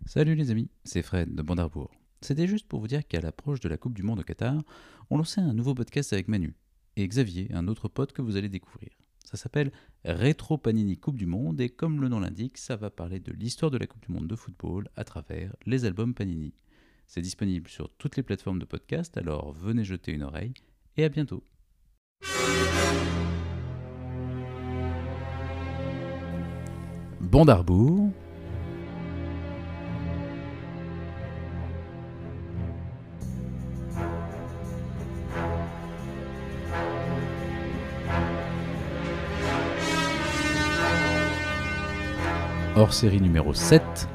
Salut les amis, c'est Fred de Bandarbourg. C'était juste pour vous dire qu'à l'approche de la Coupe du Monde au Qatar, on lançait un nouveau podcast avec Manu et Xavier, un autre pote que vous allez découvrir. Ça s'appelle Rétro Panini Coupe du Monde et comme le nom l'indique, ça va parler de l'histoire de la Coupe du Monde de football à travers les albums Panini. C'est disponible sur toutes les plateformes de podcast, alors venez jeter une oreille et à bientôt. Bandarbourg. Hors série numéro 7.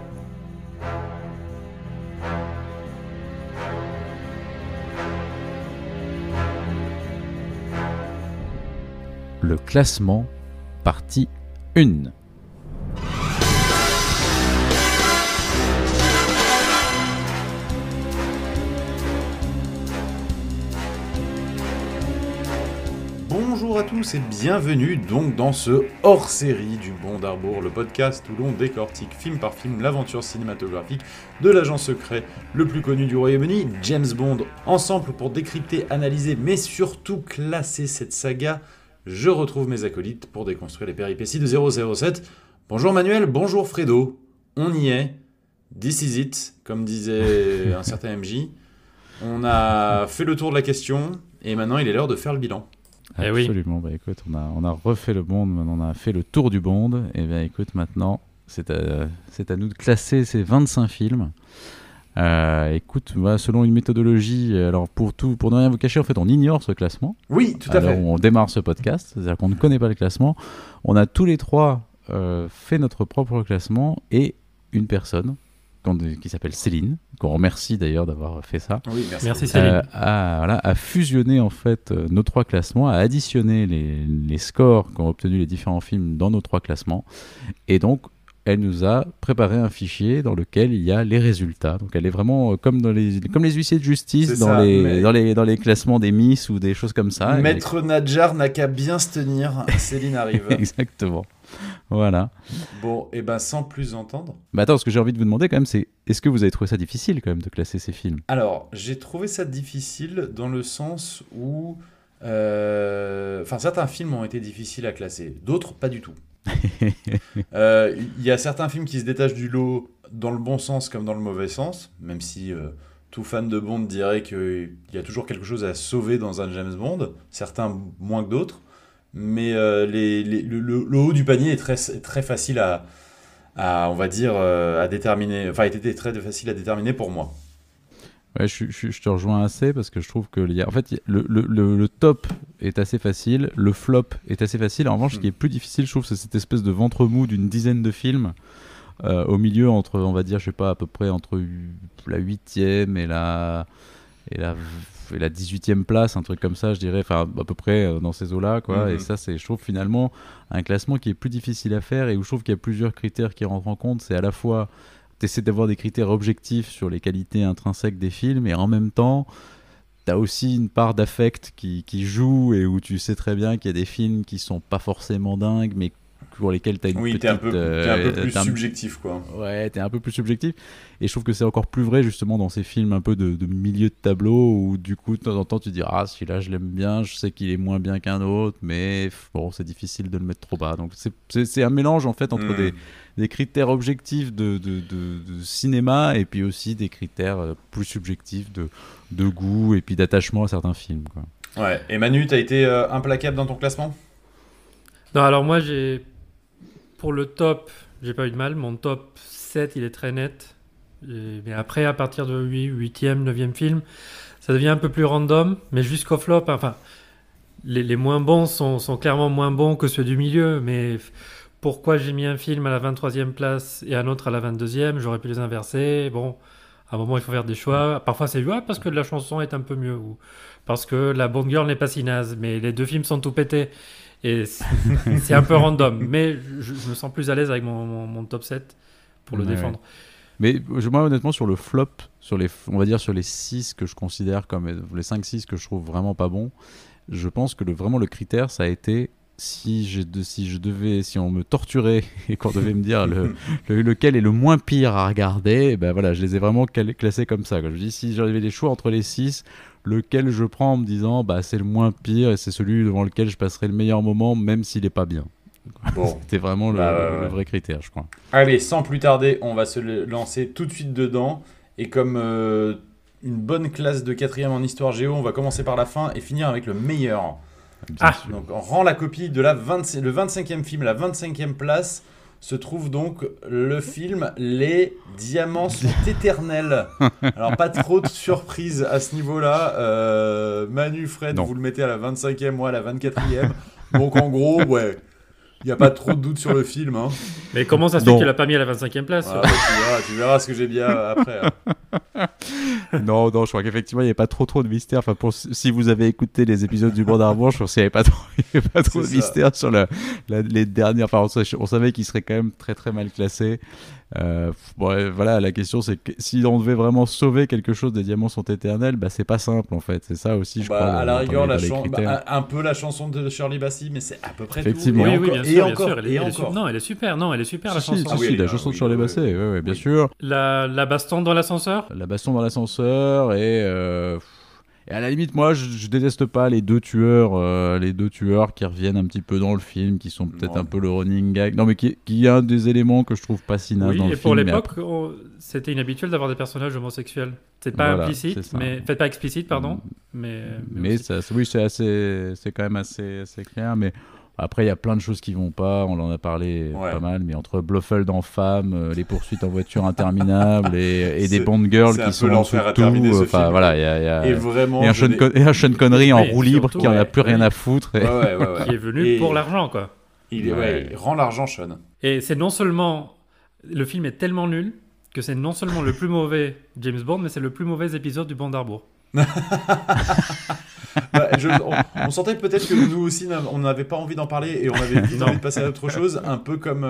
Le classement, partie 1. Bonjour à tous et bienvenue donc dans ce hors-série du Bandarbourg, le podcast où l'on décortique film par film l'aventure cinématographique de l'agent secret le plus connu du Royaume-Uni, James Bond. Ensemble pour décrypter, analyser, mais surtout classer cette saga, je retrouve mes acolytes pour déconstruire les péripéties de 007. Bonjour Manuel, bonjour Fredo, on y est, this is it, comme disait un certain MJ. On a fait le tour de la question et maintenant il est l'heure de faire le bilan. Absolument, oui. Écoute, on a refait le Bond, maintenant on a fait le tour du Bond, et bien écoute, maintenant c'est à nous de classer ces 25 films. Écoute, selon une méthodologie, alors pour ne rien vous cacher, en fait on ignore ce classement. Oui, tout à fait. On démarre ce podcast, c'est-à-dire qu'on ne connaît pas le classement. On a tous les trois fait notre propre classement, et une personne qui s'appelle Céline, qu'on remercie d'ailleurs d'avoir fait ça. Oui, merci Céline. A fusionné en fait nos trois classements, a additionné les scores qu'ont obtenus les différents films dans nos trois classements, et donc elle nous a préparé un fichier dans lequel il y a les résultats. Donc elle est vraiment comme les huissiers de justice dans les classements des Miss ou des choses comme ça. Maître Nadjar n'a qu'à bien se tenir, Céline arrive. Exactement. Voilà. Bon, et ben sans plus entendre. Attends, ce que j'ai envie de vous demander quand même, c'est est-ce que vous avez trouvé ça difficile quand même de classer ces films ? Alors, j'ai trouvé ça difficile dans le sens où, certains films ont été difficiles à classer, d'autres pas du tout. Il y a certains films qui se détachent du lot dans le bon sens comme dans le mauvais sens, même si tout fan de Bond dirait qu'il y a toujours quelque chose à sauver dans un James Bond, certains moins que d'autres. Mais le haut du panier est très facile on va dire, à déterminer. Enfin, était très facile à déterminer pour moi. Ouais, je te rejoins assez parce que je trouve que en fait, le top est assez facile, le flop est assez facile. En revanche, ce qui est plus difficile, je trouve, c'est cette espèce de ventre mou d'une dizaine de films au milieu entre, on va dire, je sais pas, à peu près entre la 8e et la 18e place, un truc comme ça, je dirais, enfin à peu près dans ces eaux-là, quoi. Et ça, c'est, je trouve, finalement un classement qui est plus difficile à faire et où je trouve qu'il y a plusieurs critères qui rentrent en compte. C'est à la fois, t'essaies d'avoir des critères objectifs sur les qualités intrinsèques des films, et en même temps, t'as aussi une part d'affect qui joue, et où tu sais très bien qu'il y a des films qui sont pas forcément dingues, mais pour lesquels t'as une petite... t'es un peu plus subjectif, quoi. Ouais, t'es un peu plus subjectif. Et je trouve que c'est encore plus vrai, justement, dans ces films un peu de milieu de tableau, où du coup, de temps en temps, tu te dis « Ah, celui-là, je l'aime bien, je sais qu'il est moins bien qu'un autre, mais bon, c'est difficile de le mettre trop bas. » Donc, c'est un mélange, en fait, entre des critères objectifs de cinéma, et puis aussi des critères plus subjectifs de goût, et puis d'attachement à certains films, quoi. Ouais. Et Manu, t'as été implacable dans ton classement ? Non, alors moi, pour le top, j'ai pas eu de mal. Mon top 7, il est très net. Mais après, à partir de 8e, 9e film, ça devient un peu plus random. Mais jusqu'au flop, enfin, les moins bons sont clairement moins bons que ceux du milieu. Mais pourquoi j'ai mis un film à la 23e place et un autre à la 22e ? J'aurais pu les inverser. Bon, à un moment, il faut faire des choix. Parfois, c'est parce que la chanson est un peu mieux. Ou parce que la Bond Girl n'est pas si naze. Mais les deux films sont tout pétés. Et c'est un peu random, mais je me sens plus à l'aise avec mon top 7 pour le défendre. Mais moi, honnêtement, sur le flop, on va dire sur les 6 que je considère comme les 5-6 que je trouve vraiment pas bons, je pense que vraiment le critère, ça a été si on me torturait et qu'on devait me dire lequel est le moins pire à regarder, ben voilà, je les ai vraiment classés comme ça, quoi. Je me dis, si j'avais les choix entre les 6, lequel je prends en me disant, bah c'est le moins pire et c'est celui devant lequel je passerai le meilleur moment, même s'il est pas bien. Bon. C'était vraiment le vrai critère, je crois. Allez, sans plus tarder, on va se lancer tout de suite dedans. Et comme une bonne classe de 4e en histoire géo, on va commencer par la fin et finir avec le meilleur. Bien sûr. Donc on rend la copie de le 25e film, la 25e place, se trouve donc le film Les Diamants sont éternels. Alors pas trop de surprise à ce niveau-là. Manu, Fred, Non. vous le mettez à la 25e, moi à la 24e. Donc en gros, ouais, il n'y a pas trop de doute sur le film. Hein. Mais comment ça se fait Non. qu'il l'a pas mis à la 25e place Ah, bah, tu verras ce que j'ai bien après. Hein. Non, je crois qu'effectivement, il n'y avait pas trop de mystère. Enfin, si vous avez écouté les épisodes du Banc d'Arbour, je pense qu'il n'y avait pas trop de C'est mystère sur les dernières. Enfin, on savait qu'il serait quand même très très mal classé. Bon, voilà, la question c'est que si on devait vraiment sauver quelque chose des Diamants sont éternels, bah c'est pas simple en fait. C'est ça aussi, je crois. À la rigueur, critères. un peu la chanson de Shirley Bassey, mais c'est à peu près Effectivement. tout. Oui, bien sûr, bien sûr. Et encore. Non, elle est super. Non, elle est super la chanson. La chanson de Shirley Bassey, ouais, bien sûr. La baston dans l'ascenseur. La baston dans l'ascenseur et à la limite, moi, je déteste pas les deux tueurs qui reviennent un petit peu dans le film, qui sont peut-être un peu le running gag. Non, mais qui est un des éléments que je trouve pas si naze dans le film. Et pour l'époque, c'était inhabituel d'avoir des personnages homosexuels. C'est pas implicite, mais pas explicite, pardon. Mais c'est quand même assez clair. Mais après, il y a plein de choses qui vont pas. On en a parlé pas mal, mais entre Blofeld en femme, les poursuites en voiture interminables et des Bond girls qui sont en dessous de tout. Enfin voilà, il y a un Sean Connery en roue libre qui en a plus rien à foutre. Qui est venu pour l'argent, quoi. Il rend l'argent, Sean. Et c'est non seulement le film est tellement nul que c'est non seulement le plus mauvais James Bond, mais c'est le plus mauvais épisode du Banc d'Arbour. On sentait peut-être que nous aussi on n'avait pas envie d'en parler et on avait vite envie de passer à autre chose, un peu comme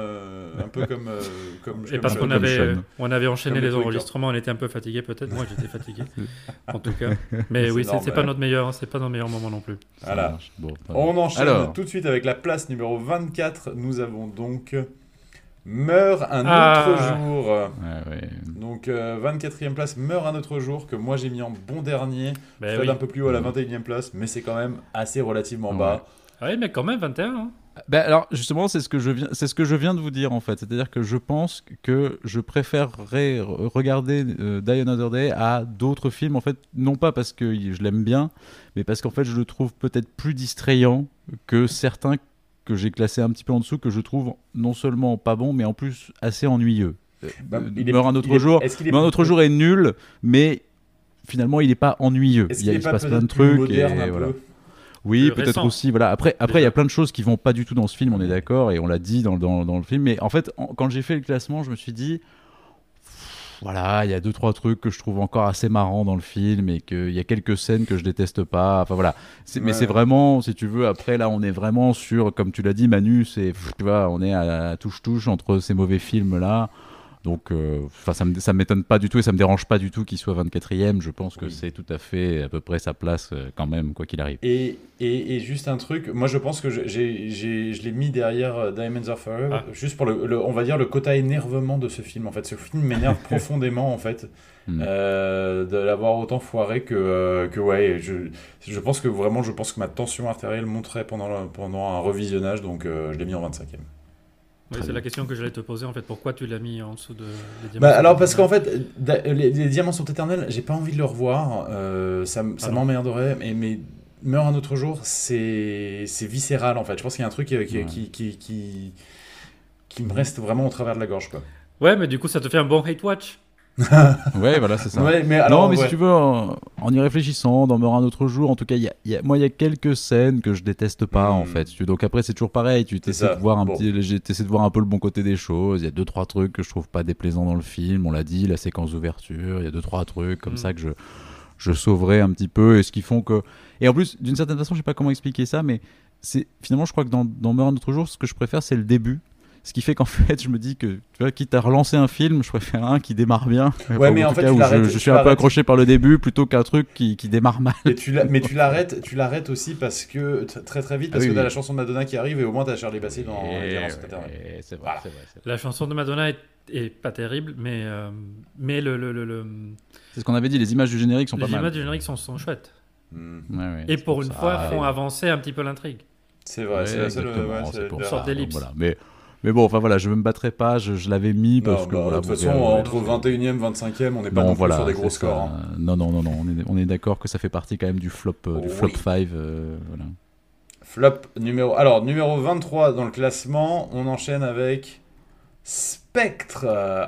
et parce qu'on avait enchaîné les enregistrements, on était un peu fatigué peut-être. Moi j'étais fatigué en tout cas. Mais oui, c'est pas notre meilleur, c'est pas notre meilleur moment non plus. Voilà. On enchaîne tout de suite avec la place numéro 24. Nous avons donc Meurt un autre jour. Donc 24e place, Meurt un autre jour, que moi j'ai mis en bon dernier. Fred un peu plus haut à la 21e place, mais c'est quand même assez relativement bas. Oui, mais quand même 21. Hein. Alors justement, c'est ce que je viens de vous dire en fait. C'est-à-dire que je pense que je préférerais regarder Die Another Day à d'autres films en fait, non pas parce que je l'aime bien, mais parce qu'en fait je le trouve peut-être plus distrayant que certains que j'ai classé un petit peu en dessous, que je trouve non seulement pas bon, mais en plus assez ennuyeux. Meurt un autre jour est nul, mais finalement il n'est pas ennuyeux. Il se passe plein de trucs. Oui, peut-être récent. Aussi. Voilà. Après, il y a plein de choses qui vont pas du tout dans ce film, on est d'accord, et on l'a dit dans le film. Mais en fait, quand j'ai fait le classement, je me suis dit, voilà, il y a 2-3 trucs que je trouve encore assez marrants dans le film et qu'il y a quelques scènes que je déteste pas. Enfin voilà. Mais c'est vraiment, si tu veux, après là, on est vraiment sur, comme tu l'as dit, Manu, tu vois, on est à touche-touche entre ces mauvais films là. Donc, ça m'étonne pas du tout et ça me dérange pas du tout qu'il soit 24e. Je pense que c'est tout à fait à peu près sa place quand même, quoi qu'il arrive. Et juste un truc, moi je pense que je l'ai mis derrière Diamonds Are Forever, juste pour on va dire le quota énervement de ce film. En fait, ce film m'énerve profondément en fait, de l'avoir autant foiré que ouais. Je pense que ma tension artérielle monterait pendant un revisionnage, donc je l'ai mis en 25e. Oui, c'est la question que j'allais te poser en fait. Pourquoi tu l'as mis en dessous de les Diamants alors parce qu'en fait, les Diamants sont éternels. J'ai pas envie de le revoir. Ça m'emmerderait. Mais Meurt un autre jour, c'est viscéral en fait. Je pense qu'il y a un truc qui me reste vraiment au travers de la gorge, quoi. Ouais, mais du coup, ça te fait un bon hate watch. Ouais, voilà, c'est ça. Ouais, mais si tu veux, en y réfléchissant, dans Meurt un autre jour, en tout cas, il y a quelques scènes que je déteste pas, en fait. Donc après, c'est toujours pareil. Tu essaies de voir t'essaies de voir un peu le bon côté des choses. Il y a 2-3 trucs que je trouve pas déplaisants dans le film. On l'a dit, la séquence d'ouverture. Il y a 2-3 trucs comme ça que je sauverais un petit peu, et ce qui font que. Et en plus, d'une certaine façon, je sais pas comment expliquer ça, mais finalement, je crois que dans Meurt un autre jour, ce que je préfère, c'est le début. Ce qui fait qu'en fait, je me dis que, tu vois, quitte à relancer un film, je préfère un qui démarre bien. Ouais, mais en fait, tu l'arrêtes. Je suis un peu accroché par le début plutôt qu'un truc qui démarre mal. Et mais tu l'arrêtes aussi parce que très très vite, parce que t'as la chanson de Madonna qui arrive et au moins t'as Charlie Bassey dans les c'est vrai, voilà. c'est vrai. La chanson de Madonna est pas terrible, mais c'est ce qu'on avait dit, les images du générique sont pas mal. Les images du générique sont chouettes. Ouais, et pour une fois, font avancer un petit peu l'intrigue. C'est vrai, c'est la seule sorte d'ellipse. Voilà. Mais bon, enfin voilà, je me battrai pas, je l'avais mis parce que de toute façon, entre 21e, 25e, on n'est pas non plus sur des gros scores. Hein. Non, on est d'accord que ça fait partie quand même du flop 5. Voilà. Flop numéro 23 dans le classement, on enchaîne avec Spectre.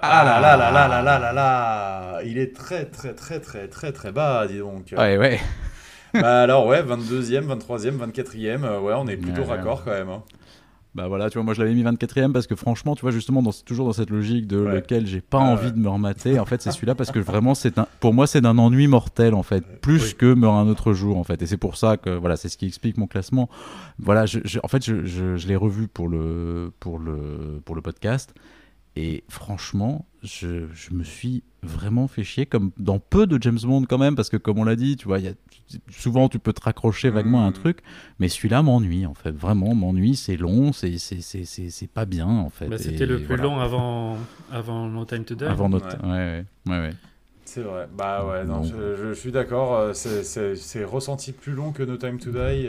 Là. Il est très très très très très très bas, dis donc. Ouais. Bah alors 22e, 23e, 24e, on est plutôt raccord quand même. Hein. Bah voilà, tu vois, moi je l'avais mis 24e parce que franchement, tu vois, justement, toujours dans cette logique de lequel j'ai pas envie de me remater, en fait, c'est celui-là parce que vraiment, pour moi, c'est d'un ennui mortel, en fait, plus que Meurt un autre jour, en fait. Et c'est pour ça que, voilà, c'est ce qui explique mon classement. Voilà, en fait, je l'ai revu pour le podcast. Et franchement, je me suis vraiment fait chier, comme dans peu de James Bond quand même, parce que comme on l'a dit, tu vois, souvent tu peux te raccrocher vaguement à un truc, mais celui-là m'ennuie en fait, vraiment m'ennuie, c'est long, c'est pas bien en fait. Bah, c'était le plus long avant No Time to Die. Avant ouais. C'est vrai, bah ouais, non, je suis d'accord, c'est ressenti plus long que No Time to Die,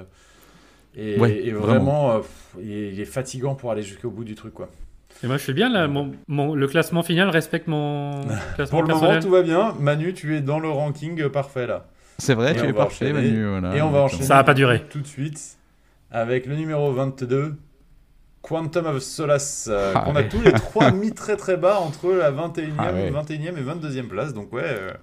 et vraiment, il est fatigant pour aller jusqu'au bout du truc, quoi. Et moi je fais bien là, le classement final respecte mon classement pour le personnel. moment tout va bien. Manu, tu es dans le ranking parfait là. C'est vrai, tu es parfait Manu. Voilà. Et on va enchaîner ça va pas durer tout de suite avec le numéro 22, Quantum of Solace, qu'on a tous les trois mis très très bas entre la 21e et 22e place. Donc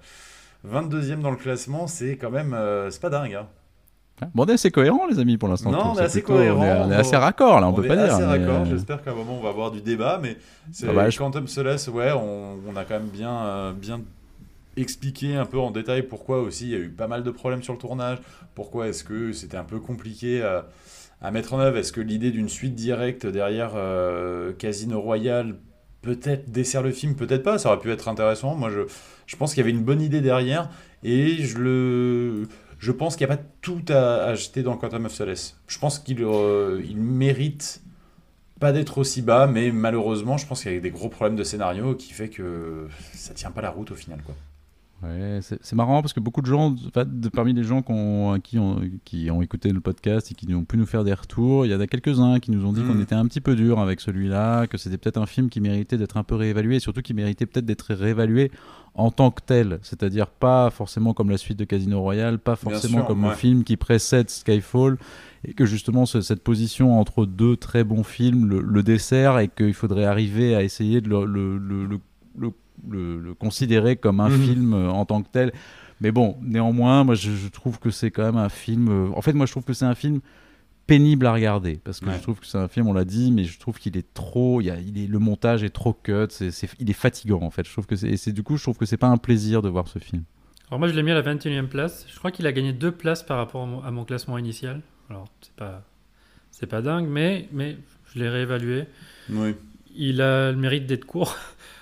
22e dans le classement, c'est quand même c'est pas dingue. Hein. Bon, on est assez cohérent, les amis, pour l'instant. Non, on est assez cohérent. On est assez raccord, là, on peut pas dire. On est assez raccord. J'espère qu'à un moment, on va avoir du débat. Mais Quantum Solace, on a quand même bien expliqué un peu en détail pourquoi aussi il y a eu pas mal de problèmes sur le tournage. Pourquoi est-ce que c'était un peu compliqué à mettre en œuvre. Est-ce que l'idée d'une suite directe derrière Casino Royale peut-être dessert le film, peut-être pas. Ça aurait pu être intéressant. Moi, je pense qu'il y avait une bonne idée derrière. Et je pense qu'il n'y a pas tout à jeter dans Quantum of Solace. Je pense qu'il mérite pas d'être aussi bas, mais malheureusement, je pense qu'il y a des gros problèmes de scénario qui fait que ça tient pas la route au final, quoi. Ouais, c'est marrant parce que beaucoup de gens, parmi les gens qui ont écouté le podcast et qui ont pu nous faire des retours, il y en a quelques-uns qui nous ont dit qu'on était un petit peu dur avec celui-là, que c'était peut-être un film qui méritait d'être un peu réévalué et surtout qui méritait peut-être d'être réévalué en tant que tel, c'est-à-dire pas forcément comme la suite de Casino Royale, pas forcément comme le film qui précède Skyfall, et que justement cette position entre deux très bons films le dessert et qu'il faudrait arriver à essayer de le considérer comme un film en tant que tel. Mais bon, néanmoins, moi je trouve que c'est quand même un film... En fait, moi je trouve que c'est un film pénible à regarder, parce que je trouve que c'est un film, on l'a dit, mais je trouve qu'il est trop... le montage est trop cut, il est fatigant en fait. Je trouve que du coup, je trouve que c'est pas un plaisir de voir ce film. Alors moi je l'ai mis à la 21e place. Je crois qu'il a gagné 2 places par rapport à mon classement initial. Alors c'est pas dingue, mais je l'ai réévalué. Oui. Il a le mérite d'être court.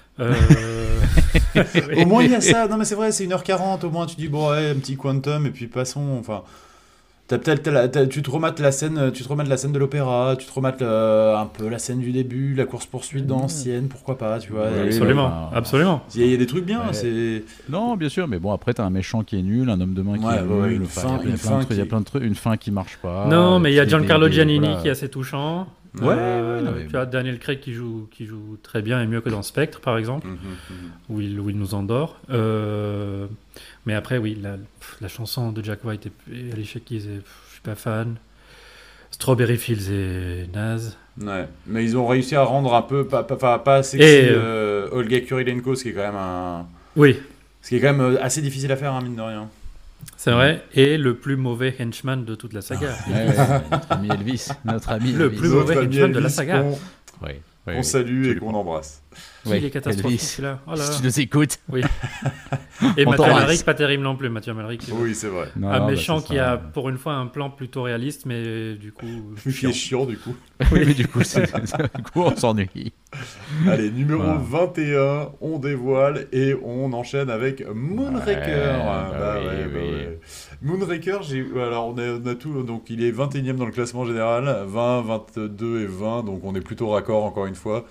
Au moins il y a ça. Non mais c'est vrai, c'est 1h40. Au moins tu dis bon un petit quantum et puis passons. Enfin, tu te remates la scène de l'opéra, tu te remates un peu la scène du début, la course poursuite dans Ancienne, pourquoi pas, tu vois. Absolument. Il y a des trucs bien. Ouais. C'est... Non, bien sûr, mais bon après t'as un méchant qui est nul, un homme de main qui est nul. Il y a plein de trucs, une fin qui marche pas. Non, mais il y a Giancarlo Giannini qui est assez touchant. Tu as Daniel Craig qui joue très bien et mieux que dans Spectre par exemple, où il nous endort. Mais après oui, la chanson de Jack White et Alicia Keys, je suis pas fan. Strawberry Fields est naze. Ouais, mais ils ont réussi à rendre un peu pas sexy Olga Kurilenko, ce qui est quand même assez difficile à faire, hein, mine de rien. C'est vrai, et le plus mauvais henchman de toute la saga. Notre ami Elvis. Le plus mauvais henchman de la saga. On salue et qu'on embrasse. Il est catastrophique celui-là. Si tu nous écoutes. Oui. Et On Mathieu t'embrasse. Amalric, pas terrible non plus. Mathieu Amalric, Oui, c'est vrai. Non, un bah, méchant c'est qui ça. a pour une fois un plan plutôt réaliste, mais du coup Qui est chiant, du coup. Oui, mais du coup, du coup, on s'ennuie. Allez, numéro Voilà. 21, on dévoile et on enchaîne avec Moonraker. Ouais. Moonraker, alors on a tout, donc il est 21e dans le classement général, 20, 22 et 20, donc on est plutôt raccord encore une fois.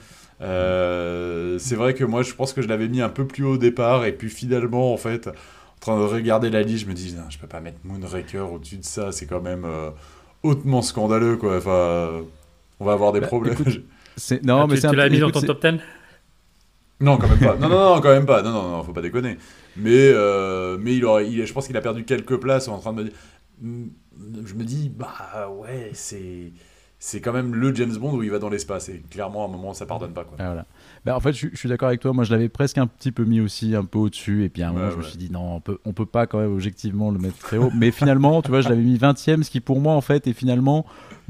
C'est vrai que moi je pense que je l'avais mis un peu plus haut au départ et puis finalement en fait, en train de regarder la liste, je me dis non, je peux pas mettre Moonraker au-dessus de ça, c'est quand même hautement scandaleux quoi. Enfin, on va avoir des Bah, problèmes. écoute, Non, mais tu, c'est un tu l'as peu- mis dans écoute, ton c'est- top 10. Non, quand même pas. Non, quand même pas. Non, faut pas déconner. Mais je pense qu'il a perdu quelques places en train de me dire. Je me dis, bah ouais, c'est quand même le James Bond où il va dans l'espace. Et clairement, à un moment, ça pardonne pas, quoi. Ah, voilà. Bah, en fait, je suis d'accord avec toi. Moi, je l'avais presque un petit peu mis aussi un peu au-dessus. Et puis à un moment, Ouais, je me ouais. suis dit, non, on peut pas quand même objectivement le mettre très haut. Mais finalement, tu vois, je l'avais mis 20e, ce qui pour moi, en fait, est finalement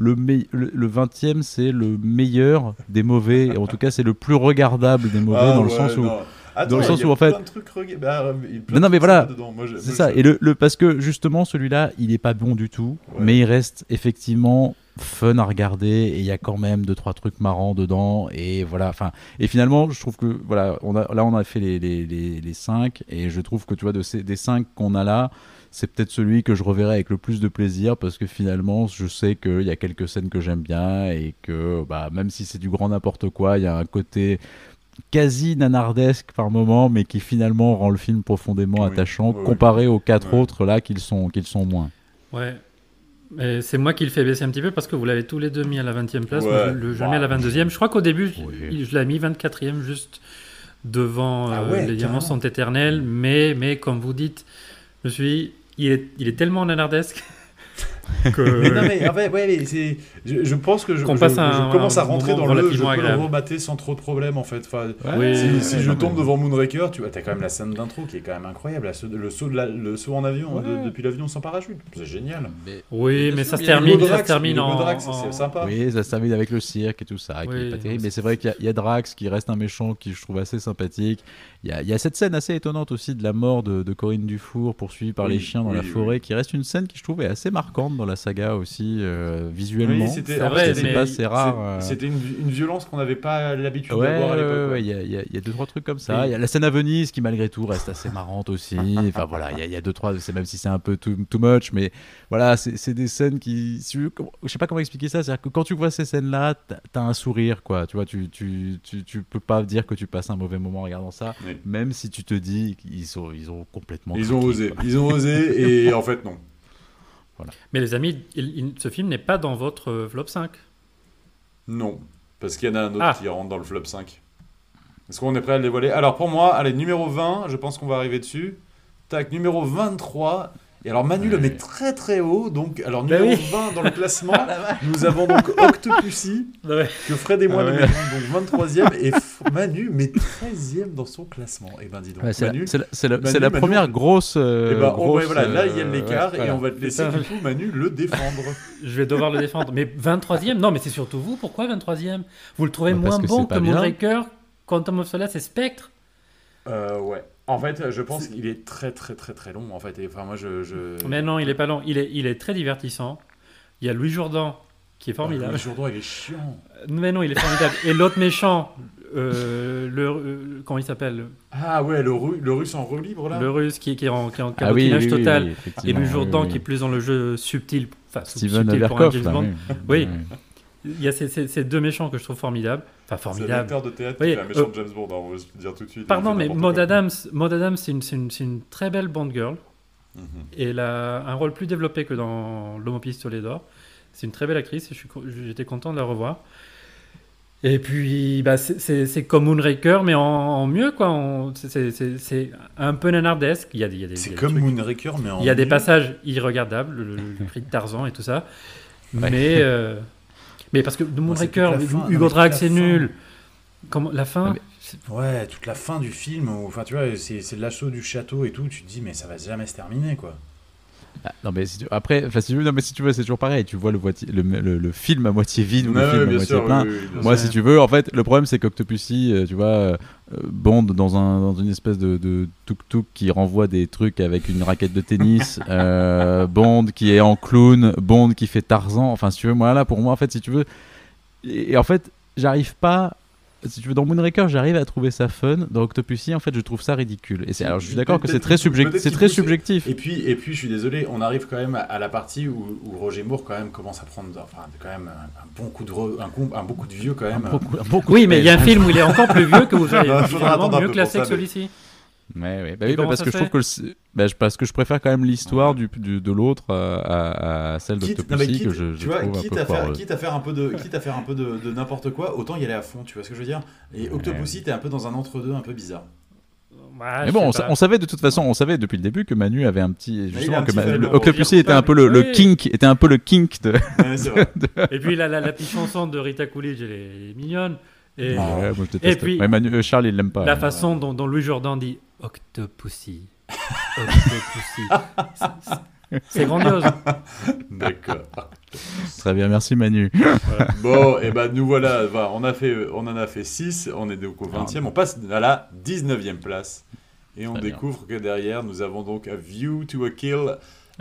le 20e, c'est le meilleur des mauvais. Et en tout cas, c'est le plus regardable des mauvais dans le sens où. non. Attends, dans le sens il y a où, en fait- plein de trucs il y a plein Non, de mais trucs voilà, sympas dedans. Moi, C'est ça. Et parce que justement, celui-là, il est pas bon du tout, Ouais. mais il reste effectivement fun à regarder et il y a quand même 2-3 trucs marrants dedans et voilà. Enfin, et finalement, je trouve que voilà, on a fait les 5 et je trouve que tu vois des 5 qu'on a là, c'est peut-être celui que je reverrai avec le plus de plaisir parce que finalement, je sais qu'il y a quelques scènes que j'aime bien et que bah, même si c'est du grand n'importe quoi, il y a un côté quasi nanardesque par moment, mais qui finalement rend le film profondément Oui, attachant, oui, comparé aux 4 Ouais. autres là qu'ils sont moins. Ouais. Et c'est moi qui le fais baisser un petit peu parce que vous l'avez tous les deux mis à la 20e place. Ouais. Moi, je le mets à la 22e. Je crois qu'au début, Oui. je l'ai mis 24e juste devant Ah ouais, Les Diamants carrément. sont éternels. Mais comme vous dites, je me suis dit, il est tellement nanardesque que. Mais non, mais en fait, ouais, mais je pense que Qu'on passe je un commence à rentrer moment dans le. Je relativement peux le agréable. remater sans trop de problèmes en fait. Enfin, Oui, si je non, tombe mais- devant Moonraker, tu vois, t'as quand même la scène d'intro qui est quand même incroyable. Le saut en avion, Ouais. depuis l'avion sans parachute. C'est génial. Oui, Bien mais sûr, ça se il y a termine, Le ça Drax, se termine le en. Drax, c'est sympa. Oui, ça se termine avec le cirque et tout ça, qui Oui, est pas terrible. non, Mais c'est vrai qu'il y a Drax qui reste un méchant qui je trouve assez sympathique. Il y a cette scène assez étonnante aussi de la mort de Corinne Dufour poursuivie par Oui, les chiens dans oui, la oui. forêt, qui reste une scène qui je trouve est assez marquante dans la saga aussi, visuellement. Oui, c'était C'est en vrai, fait, mais c'est rare. C'était une violence qu'on n'avait pas l'habitude Ouais, d'avoir à l'époque. ouais, quoi. ouais, il y a 2-3 trucs comme ça. Et- Il y a la scène à Venise qui malgré tout reste assez marrante aussi. Enfin voilà, il y a 2-3, c'est même si c'est un peu too much, mais voilà, c'est des scènes qui, je sais pas comment expliquer ça, c'est-à-dire que quand tu vois ces scènes-là, t'as un sourire quoi. Tu vois, tu peux pas dire que tu passes un mauvais moment en regardant ça, Oui. même si tu te dis qu'ils ont complètement. Ils ont craqué, osé. quoi. Ils ont osé et en fait non. Mais les amis, ce film n'est pas dans votre flop 5. Non. Parce qu'il y en a un autre Ah. qui rentre dans le flop 5. Est-ce qu'on est prêt à le dévoiler? Alors pour moi, allez, numéro 20, je pense qu'on va arriver dessus. Tac, numéro 23. Et alors Manu le met très très haut. Donc, alors Bah numéro oui. 20 dans le classement, nous avons donc Octopussy, que Fred et moi Ah nous ouais. mettons donc 23e. Et Manu met 13e dans son classement. Et ben dis donc, Ouais, c'est Manu. la Manu, première Manu, grosse. Et ben, grosse, voilà, là il y a l'écart ouais, et voilà. on va te laisser C'est ça. du coup Manu le défendre. Je vais devoir le défendre. Mais 23e, non, mais c'est surtout vous. Pourquoi 23e? Vous le trouvez Bah, parce moins que bon c'est pas que bien. Moonraker, Quantum of Solace et Spectre? Ouais. En fait, je pense qu'il est très très très très long en fait. Et, enfin moi je... Mais non, il est pas long. Il est très divertissant. Il y a Louis Jourdan qui est formidable. Le Jourdan il est chiant. Mais non, il est formidable. Et l'autre méchant, comment il s'appelle? Ah ouais, le russe en roue libre là. Le russe qui est en Ah oui, cabotinage total. oui, Et effectivement, Louis Jourdan oui, oui. qui est plus dans le jeu subtil. Enfin, Steven subtil pour un Abercoff, James là, Bond. oui. Oui. Il y a ces deux méchants que je trouve formidables. Enfin, C'est formidables. l'acteur de théâtre Oui, qui fait un méchant de James Bond, hein, on va se le dire tout de suite. Pardon, il fait mais n'importe Maud Adams, c'est une très belle Bond girl. quoi. Mhm. Et elle a un rôle plus développé que dans L'Homme au pistolet d'or. C'est une très belle actrice et j'étais content de la revoir. Et puis, bah, c'est comme Moonraker, mais en mieux, quoi. C'est un peu nanardesque. Il y a des C'est des comme trucs. Moonraker mais en Il y a des mieux. passages irregardables, le cri de Tarzan et tout ça. Ouais. Mais parce que de Moonraker, toute la fin. Non, mais Hugo toute Drax, la c'est fin. nul. Comment, la fin Ah, mais- Ouais, toute la fin du film, enfin tu vois, c'est l'assaut du château et tout, tu te dis mais ça va jamais se terminer quoi. Non mais après, enfin si tu veux, non mais si tu veux, c'est toujours pareil. Tu vois le film à moitié vide ou le film à bien moitié sûr, plein. bien Moi, sûr. si tu veux, en fait, le problème c'est qu'Octopussy, tu vois, Bond dans une espèce de tuk-tuk qui renvoie des trucs avec une raquette de tennis, Bond qui est en clown, Bond qui fait Tarzan. Enfin, si tu veux, moi là, pour moi, en fait, si tu veux, et en fait, j'arrive pas. Si tu veux, dans Moonraker, j'arrive à trouver ça fun. Dans Octopussy, en fait, je trouve ça ridicule. Et alors, je suis d'accord que c'est très, subjectif. Et puis, je suis désolé, on arrive quand même à la partie où Roger Moore quand même commence à prendre, enfin, quand même un bon coup de vieux quand même. Oui, mais il y a un film où il est encore plus vieux que vous avez Non, faudra attendre un mieux peu classé pour que ça, celui-ci. Oui, Et comment parce ça que se je trouve que parce que je préfère quand même l'histoire de l'autre à celle d'Octopussy que je tu vois, trouve un peu foireuse. quitte à faire un peu de n'importe quoi, autant y aller à fond, tu vois ce que je veux dire. Et Octopussy, t'es un peu dans un entre-deux un peu bizarre. Ouais, Mais bon, on savait de toute façon, on savait depuis le début que Manu avait un petit, justement, que petit Octopussy était un peu le kink, était un peu le kink de. Ouais, c'est vrai. Et puis la petite chanson de Rita Coolidge, elle est mignonne. Et, Ouais, moi je déteste. et puis Ouais, Manu, Charles il l'aime pas. la hein. façon dont Louis Jourdan dit Octopussy. Octopussy. C'est grandiose. D'accord. Très bien, merci Manu. Bon, et ben nous voilà, on en a fait 6, on est donc au 20e, on passe à la 19e place. Et on Très bien. découvre que derrière, nous avons donc A View to a Kill,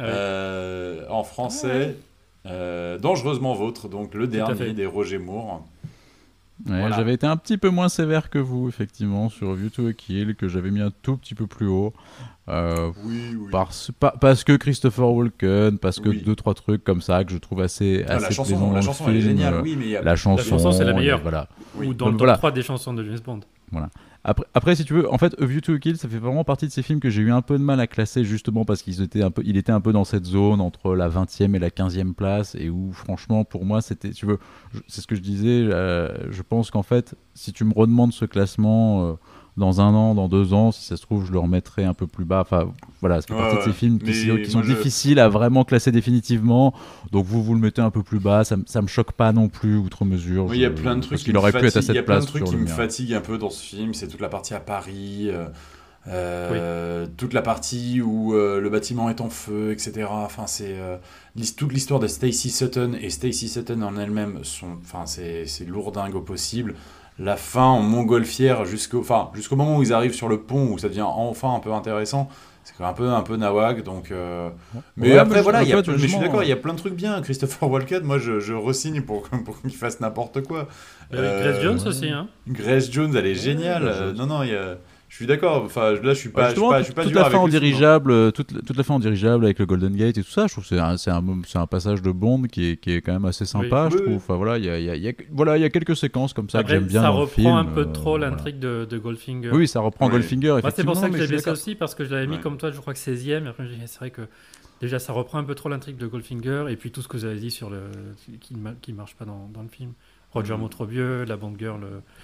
en français, Dangereusement Vôtre, donc le à dernier fait. des Roger Moore. Ouais, Voilà. J'avais été un petit peu moins sévère que vous, effectivement, sur View to a Kill, que j'avais mis un tout petit peu plus haut. Oui. Parce que Christopher Walken, parce que Oui. 2-3 trucs comme ça que je trouve assez La plaisants chanson, dans la le chanson elle est film. géniale, oui, mais il y a... La chanson, c'est la meilleure. Voilà. Ou dans le top Voilà. 3 des chansons de James Bond. Après, si tu veux, en fait, A View to a Kill, ça fait vraiment partie de ces films que j'ai eu un peu de mal à classer, justement parce qu'il était un peu dans cette zone entre la 20e et la 15e place, et où, franchement, pour moi, c'était, tu veux, c'est ce que je disais, je pense qu'en fait, si tu me redemandes ce classement dans 1 an, dans 2 ans, si ça se trouve, je le remettrai un peu plus bas. Enfin, voilà, ça fait partie de ces films qui sont difficiles à vraiment classer définitivement. Donc vous le mettez un peu plus bas, ça me choque pas non plus outre mesure. Oui, il y a plein de trucs parce qu'il aurait pu être à cette place. Il y a plein de trucs qui sur le me mien. fatiguent un peu dans ce film, c'est toute la partie à Paris, toute la partie où le bâtiment est en feu, etc. Enfin, c'est toute l'histoire de Stacey Sutton, et Stacey Sutton en elle-même, c'est lourdingue au possible. La fin en montgolfière jusqu'au moment où ils arrivent sur le pont, où ça devient enfin un peu intéressant. C'est un peu nawak, donc... Mais Ouais, après, mais voilà, je je suis d'accord, il y a plein de trucs bien. Christopher Walken, moi, je re-signe pour qu'il fasse n'importe quoi. Grace Jones aussi, hein. Grace Jones, elle est géniale. Grace Jones. Non, je suis d'accord. Enfin, là, je suis pas Justement, dur toute la fin avec en le film, dirigeable, toute la fin en dirigeable avec le Golden Gate et tout ça, je trouve que c'est un passage de Bond qui est quand même assez sympa, Oui. je Oui, trouve. oui. Enfin voilà, il y a quelques séquences comme ça Après, que j'aime bien ça dans le film. reprend un peu trop voilà. l'intrigue de Goldfinger. Oui, ça reprend Oui. Goldfinger. Moi, c'est Effectivement, pour ça que mais j'ai je suis laissé d'accord. aussi, parce que je l'avais mis Ouais. comme toi, je crois que 16e. Et après, je me dis, c'est vrai que déjà, ça reprend un peu trop l'intrigue de Goldfinger. Et puis tout ce que vous avez dit sur qui marche pas dans le film. Roger Moore trop vieux, la Bond Girl,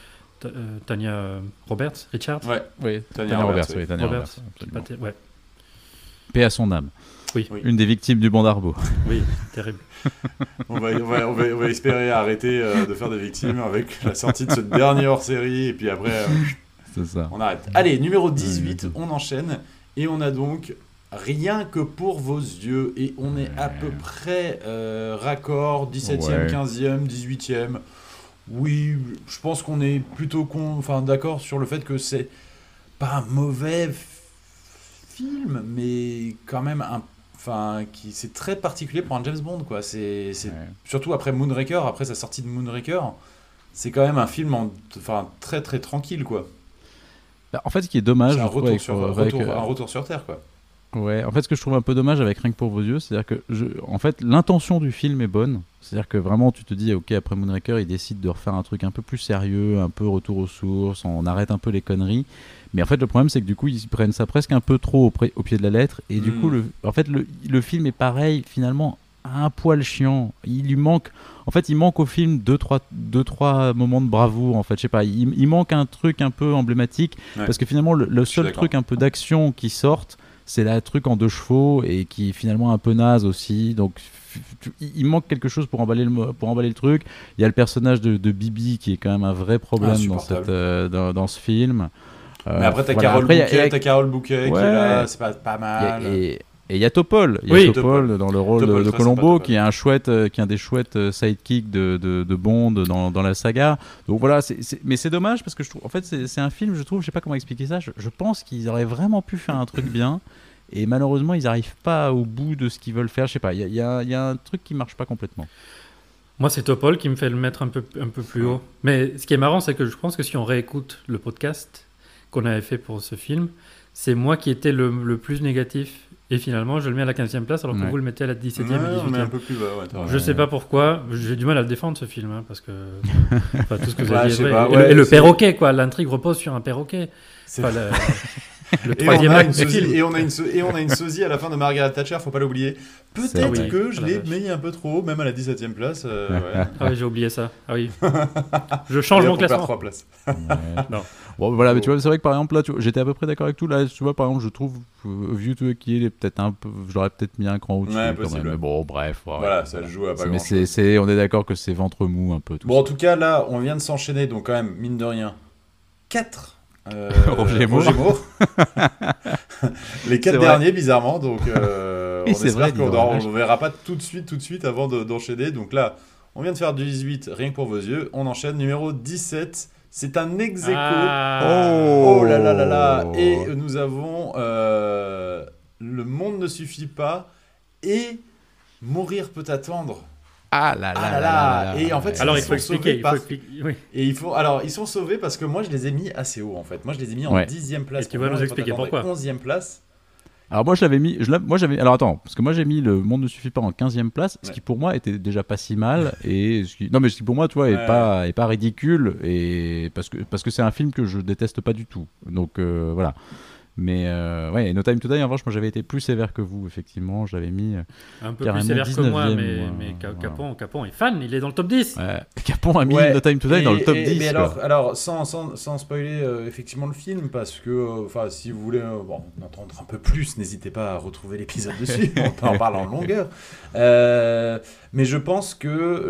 Tanya Richards. Ouais, Oui, Tanya Tanya Roberts, Roberts, oui, Tanya Roberts, Roberts, absolument. Ouais, Paix à son âme. Oui. Une des victimes du Bond d'Arbo. oui, terrible. on va espérer arrêter de faire des victimes avec la sortie de ce dernier hors-série. Et puis après, C'est ça. on arrête. Allez, numéro 18, on enchaîne. Et on a donc Rien que pour vos yeux. Et on est à peu près raccord, 17e, Ouais. 15e, 18e. Oui, je pense qu'on est plutôt d'accord sur le fait que c'est pas un mauvais film, mais quand même c'est très particulier pour un James Bond, quoi. C'est Ouais. surtout après Moonraker, après sa sortie de Moonraker, c'est quand même un film très très tranquille, quoi. Bah, en fait, ce qui est dommage, C'est un je trouve, un retour sur Terre, quoi. Ouais, en fait, ce que je trouve un peu dommage avec Rien que pour vos yeux, c'est-à-dire que, en fait, l'intention du film est bonne. C'est-à-dire que vraiment, tu te dis, ok, après Moonraker, il décide de refaire un truc un peu plus sérieux, un peu retour aux sources, on arrête un peu les conneries. Mais en fait, le problème, c'est que du coup, ils prennent ça presque un peu trop au pied de la lettre. Et du coup, le film est pareil, finalement, un poil chiant. Il manque au film deux, trois moments de bravoure, en fait. Je sais pas, il manque un truc un peu emblématique. Ouais. Parce que finalement, le suis seul d'accord. truc un peu d'action qui sorte, c'est la truc en 2 chevaux et qui est finalement un peu naze aussi. Donc il manque quelque chose pour emballer le truc. Il y a le personnage de Bibi qui est quand même un vrai problème dans ce film. Mais après, t'as voilà. Carole Après, Bouquet, qui est là, c'est pas mal. Et il y a Topol, Topol dans le rôle Topol, de très Colombo, sympa, qui est un des chouettes sidekicks de Bond dans la saga. Donc voilà, mais c'est dommage parce que je trouve, en fait, c'est un film, je trouve, je sais pas comment expliquer ça. Je pense qu'ils auraient vraiment pu faire un truc bien, et malheureusement, ils n'arrivent pas au bout de ce qu'ils veulent faire. Je sais pas, il y a un truc qui marche pas complètement. Moi, c'est Topol qui me fait le mettre un peu plus haut. Mais ce qui est marrant, c'est que je pense que si on réécoute le podcast qu'on avait fait pour ce film, c'est moi qui étais le plus négatif. Et finalement, je le mets à la 15e place alors que vous le mettez à la 17e et 18e. On est un peu plus bas, je sais pas pourquoi. J'ai du mal à le défendre, ce film. Parce que tout ce que vous avez dit est vrai. Pas, ouais, et le perroquet, quoi. L'intrigue repose sur un perroquet. Le troisième acte du film. Et on a une sosie à la fin de Margaret Thatcher, faut pas l'oublier. Peut-être que je l'ai mis un peu trop haut, même à la 17e place. Ah oui, j'ai oublié ça. Ah oui. Je change mon classement. 3 places. Non. Bon, voilà, mais tu vois, c'est vrai que par exemple, là, j'étais à peu près d'accord avec tout. Là, tu vois, par exemple, je trouve View to a Kill est peut-être un peu. Je l'aurais peut-être mis un cran au-dessus. Possible. Mais bon, bref. Voilà, ça joue à pas grand-chose. Mais on est d'accord que c'est ventre mou un peu. Bon, en tout cas, là, on vient de s'enchaîner, donc quand même, mine de rien, 4. Roger Moore. Les 4 derniers, bizarrement, donc on espère qu'on ne verra pas tout de suite avant d'enchaîner. Donc là, on vient de faire du 18, rien que pour vos yeux. On enchaîne, numéro 17. C'est un ex-aequo. Oh là là là là. Et nous avons Le monde ne suffit pas et Mourir peut attendre. Ah là là là. Et en fait, alors il faut expliquer. Oui. Et ils sont sauvés parce que moi je les ai mis assez haut en fait. Moi je les ai mis en 10e place. Et tu vas nous expliquer pourquoi. 11e place. Alors moi je l'avais mis, alors attends, parce que moi j'ai mis Le monde ne suffit pas en 15e place, ce qui pour moi était déjà pas si mal, et ce qui pour moi tu vois est pas ridicule, et parce que c'est un film que je déteste pas du tout. Donc voilà. Mais et No Time to Die, en revanche, moi j'avais été plus sévère que vous, effectivement. J'avais mis un peu plus sévère que moi, mais Capon est fan, il est dans le top 10. Ouais. Capon a mis No Time to Die dans le top 10. Mais alors sans spoiler effectivement le film, parce que si vous voulez en entendre un peu plus, n'hésitez pas à retrouver l'épisode dessus, on en parle en longueur. Mais je pense que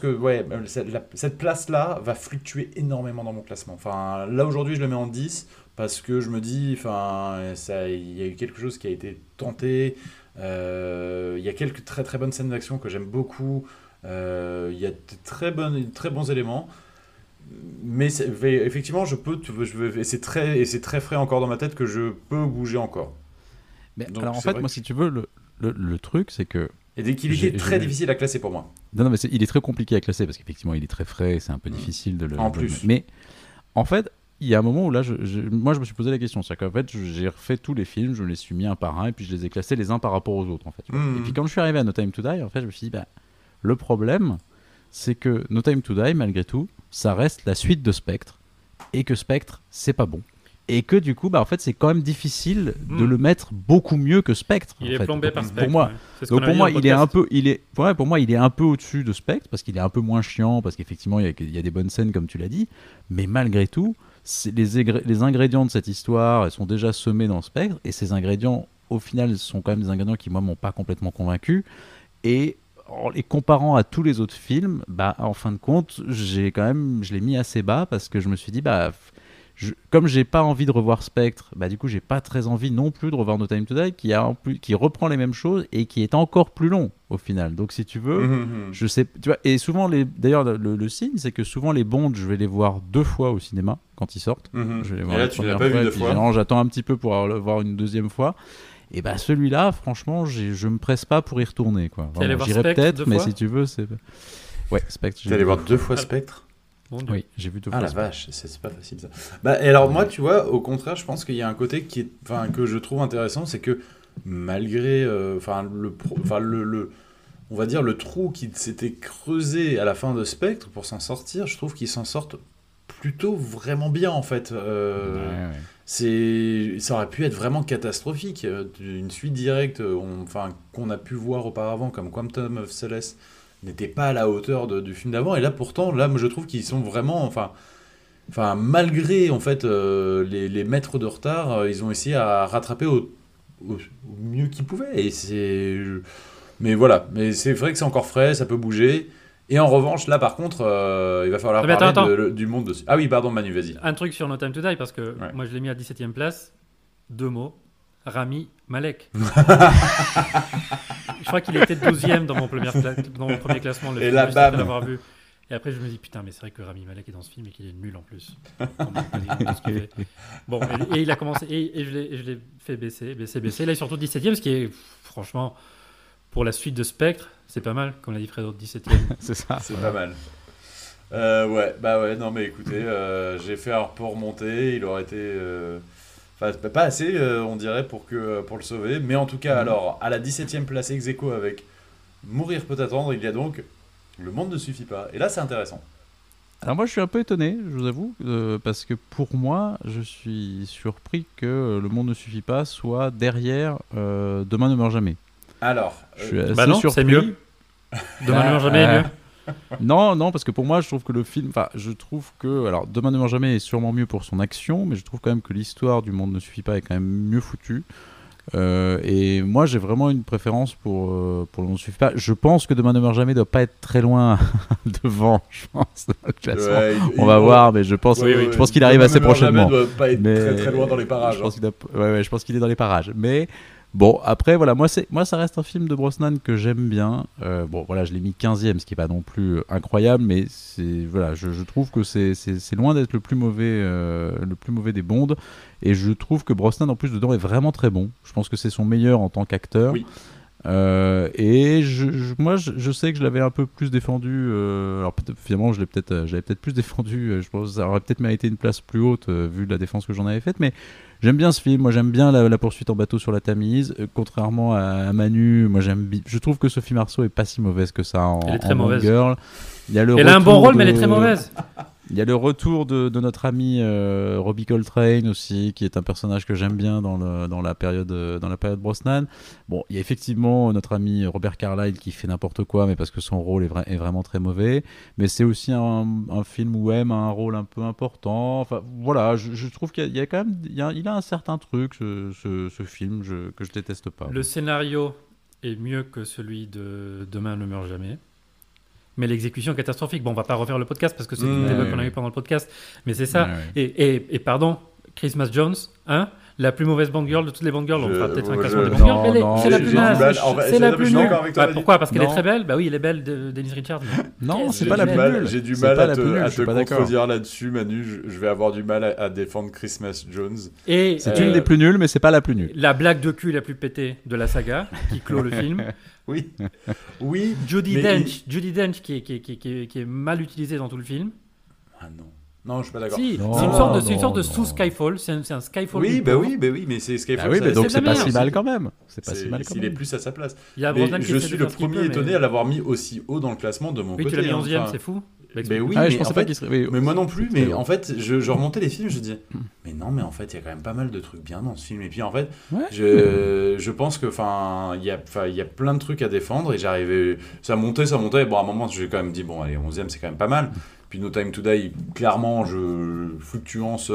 cette place-là va fluctuer énormément dans mon classement. Enfin, là aujourd'hui je le mets en 10. Parce que je me dis, il y a eu quelque chose qui a été tenté. Il y a quelques très très bonnes scènes d'action que j'aime beaucoup. Il y a de très bons éléments. Mais effectivement, c'est très frais encore dans ma tête que je peux bouger encore. Mais donc, alors en fait, moi, si tu veux, le truc, c'est que. Et dès qu'il est très difficile à classer pour moi. Non, mais il est très compliqué à classer parce qu'effectivement, il est très frais et c'est un peu difficile de le. En plus. Mais en fait. Il y a un moment où là, moi je me suis posé la question, c'est-à-dire qu'en fait j'ai refait tous les films, je les suis mis un par un et puis je les ai classés les uns par rapport aux autres en fait. Et puis quand je suis arrivé à No Time to Die, en fait je me suis dit le problème c'est que No Time to Die malgré tout, ça reste la suite de Spectre et que Spectre c'est pas bon. Et que du coup, en fait, c'est quand même difficile de le mettre beaucoup mieux que Spectre. Il est plombé par Spectre. Pour moi, pour moi il est un peu au-dessus de Spectre parce qu'il est un peu moins chiant, parce qu'effectivement, il y a des bonnes scènes comme tu l'as dit, mais malgré tout, les ingrédients de cette histoire sont déjà semés dans Spectre, et ces ingrédients, au final, sont quand même des ingrédients qui, moi, m'ont pas complètement convaincu. Et en les comparant à tous les autres films, en fin de compte, je l'ai mis assez bas parce que je me suis dit, comme j'ai pas envie de revoir Spectre, du coup j'ai pas très envie non plus de revoir No Time to Die qui reprend les mêmes choses et qui est encore plus long au final. Donc si tu veux, je sais, tu vois, et souvent d'ailleurs le signe c'est que souvent les Bonds je vais les voir 2 fois au cinéma quand ils sortent. Je vais les voir et là tu l'as pas vu 2 fois. J'attends un petit peu pour le voir une deuxième fois. Et celui-là, franchement, je me presse pas pour y retourner quoi. J'irai peut-être, mais si tu veux, c'est Spectre. Tu vas aller voir 2 fois Spectre. Oui, j'ai vu 2 fois. Ah la vache, c'est pas facile ça. Et alors moi, tu vois, au contraire, je pense qu'il y a un côté que je trouve intéressant, c'est que malgré, on va dire le trou qui s'était creusé à la fin de Spectre pour s'en sortir, je trouve qu'ils s'en sortent plutôt vraiment bien en fait. Ça aurait pu être vraiment catastrophique. Une suite directe, qu'on a pu voir auparavant comme Quantum of Solace n'était pas à la hauteur du film d'avant, et là pourtant moi je trouve qu'ils sont vraiment malgré en fait les mètres de retard, ils ont essayé à rattraper au mieux qu'ils pouvaient, mais voilà, mais c'est vrai que c'est encore frais, ça peut bouger, et en revanche là par contre il va falloir parler du monde dessus. Ah oui, pardon Manu, vas-y. Un truc sur No Time to Die, parce que moi je l'ai mis à 17e place, 2 mots, Rami Malek. Je crois qu'il était 12e dans mon premier classement. Le Et film, là, juste après bam. l'avoir vu. Et après, je me dis, putain, mais c'est vrai que Rami Malek est dans ce film et qu'il est nul en plus. Ce qu'il fait. Bon, et il a commencé, et je l'ai fait baisser. Là, il est surtout 17e, ce qui est, franchement, pour la suite de Spectre, c'est pas mal, comme l'a dit Fredo, 17e. C'est ça. C'est pas mal. Non mais écoutez, j'ai fait un report remonté, il aurait été... pas assez, on dirait, pour le sauver. Mais en tout cas, alors, à la 17e place ex aequo avec Mourir peut attendre, il y a donc Le monde ne suffit pas. Et là, c'est intéressant. Alors moi je suis un peu étonné, je vous avoue, parce que pour moi, je suis surpris que Le monde ne suffit pas soit derrière Demain ne meurt jamais. Alors, Je suis assez Bah non, surpris. c'est mieux. Demain ne meurt jamais est mieux. Non, parce que pour moi, je trouve que le film, je trouve que, alors, Demain ne meurt jamais est sûrement mieux pour son action, mais je trouve quand même que l'histoire du monde ne suffit pas est quand même mieux foutue. Et moi, j'ai vraiment une préférence pour Le monde ne suffit pas. Je pense que Demain ne meurt jamais doit pas être très loin devant, je pense, dans le classement. ouais, On va voir, mais je pense qu'il arrive assez prochainement. Il doit pas être Mais très très loin dans les parages. Je pense je pense qu'il est dans les parages. Mais bon, après, voilà, moi, ça reste un film de Brosnan que j'aime bien. Je l'ai mis 15e, ce qui n'est pas non plus incroyable, mais je trouve que c'est loin d'être le plus mauvais des Bonds. Et je trouve que Brosnan, en plus, dedans, est vraiment très bon. Je pense que c'est son meilleur en tant qu'acteur. Oui. Et moi, je sais que je l'avais un peu plus défendu. Alors, finalement, j'avais peut-être plus défendu. Je pense que ça aurait peut-être mérité une place plus haute, vu la défense que j'en avais faite. Mais j'aime bien ce film. Moi, j'aime bien la poursuite en bateau sur la Tamise. Contrairement à Manu, moi, je trouve que Sophie Marceau est pas si mauvaise que ça Elle est très en Bond mauvaise. Girl. Elle a un bon rôle, mais elle est très mauvaise. Il y a le retour de notre ami Robbie Coltrane aussi, qui est un personnage que j'aime bien dans la période Brosnan. Bon, il y a effectivement notre ami Robert Carlyle qui fait n'importe quoi, mais parce que son rôle est vraiment très mauvais. Mais c'est aussi un film où M a un rôle un peu important. Enfin, voilà, je trouve qu'il y a quand même, il a un certain truc, ce film, que je déteste pas. Le scénario est mieux que celui de Demain ne meurt jamais. Mais l'exécution est catastrophique. Bon, on va pas refaire le podcast parce que c'est le débat qu'on a eu pendant le podcast. Mais c'est ça. Ouais. Et pardon, Christmas Jones, hein, la plus mauvaise Bond Girl de toutes les Bond Girls. On fera peut-être un classement des Bond Girls. Mais c'est la plus naze. C'est la plus nulle. Pourquoi ? Parce qu'elle est très belle. Bah oui, elle est belle, Denise Richards. Non, c'est pas la plus nulle. J'ai du mal à te pas d'accord. contredire là-dessus, Manu. Je vais avoir du mal à défendre Christmas Jones. Et c'est une des plus nulles, mais c'est pas la plus nulle. La blague de cul la plus pétée de la saga, qui clôt le film. Oui. Judi Dench qui est mal utilisé dans tout le film. Ah non. Non, je suis pas d'accord. Si, non, c'est une sorte de sous-Skyfall. C'est un Skyfall. Oui, mais c'est Skyfall. Ah oui, mais donc c'est pas si mal quand même. Il est plus à sa place. Je suis le premier étonné à l'avoir mis aussi haut dans le classement de mon côté. Oui, tu l'as mis 11e, c'est fou. Mais oui, je pensais pas qu'il serait. Mais moi non plus. Mais en fait, je remontais les films, je dis, mais non, mais en fait, il y a quand même pas mal de trucs bien dans ce film. Et puis en fait, je pense que, il y a plein de trucs à défendre. Et j'arrivais, ça montait. Bon, à un moment, j'ai quand même dit, bon, allez, 11e, c'est quand même pas mal. Puis No Time to Die, clairement, fluctuance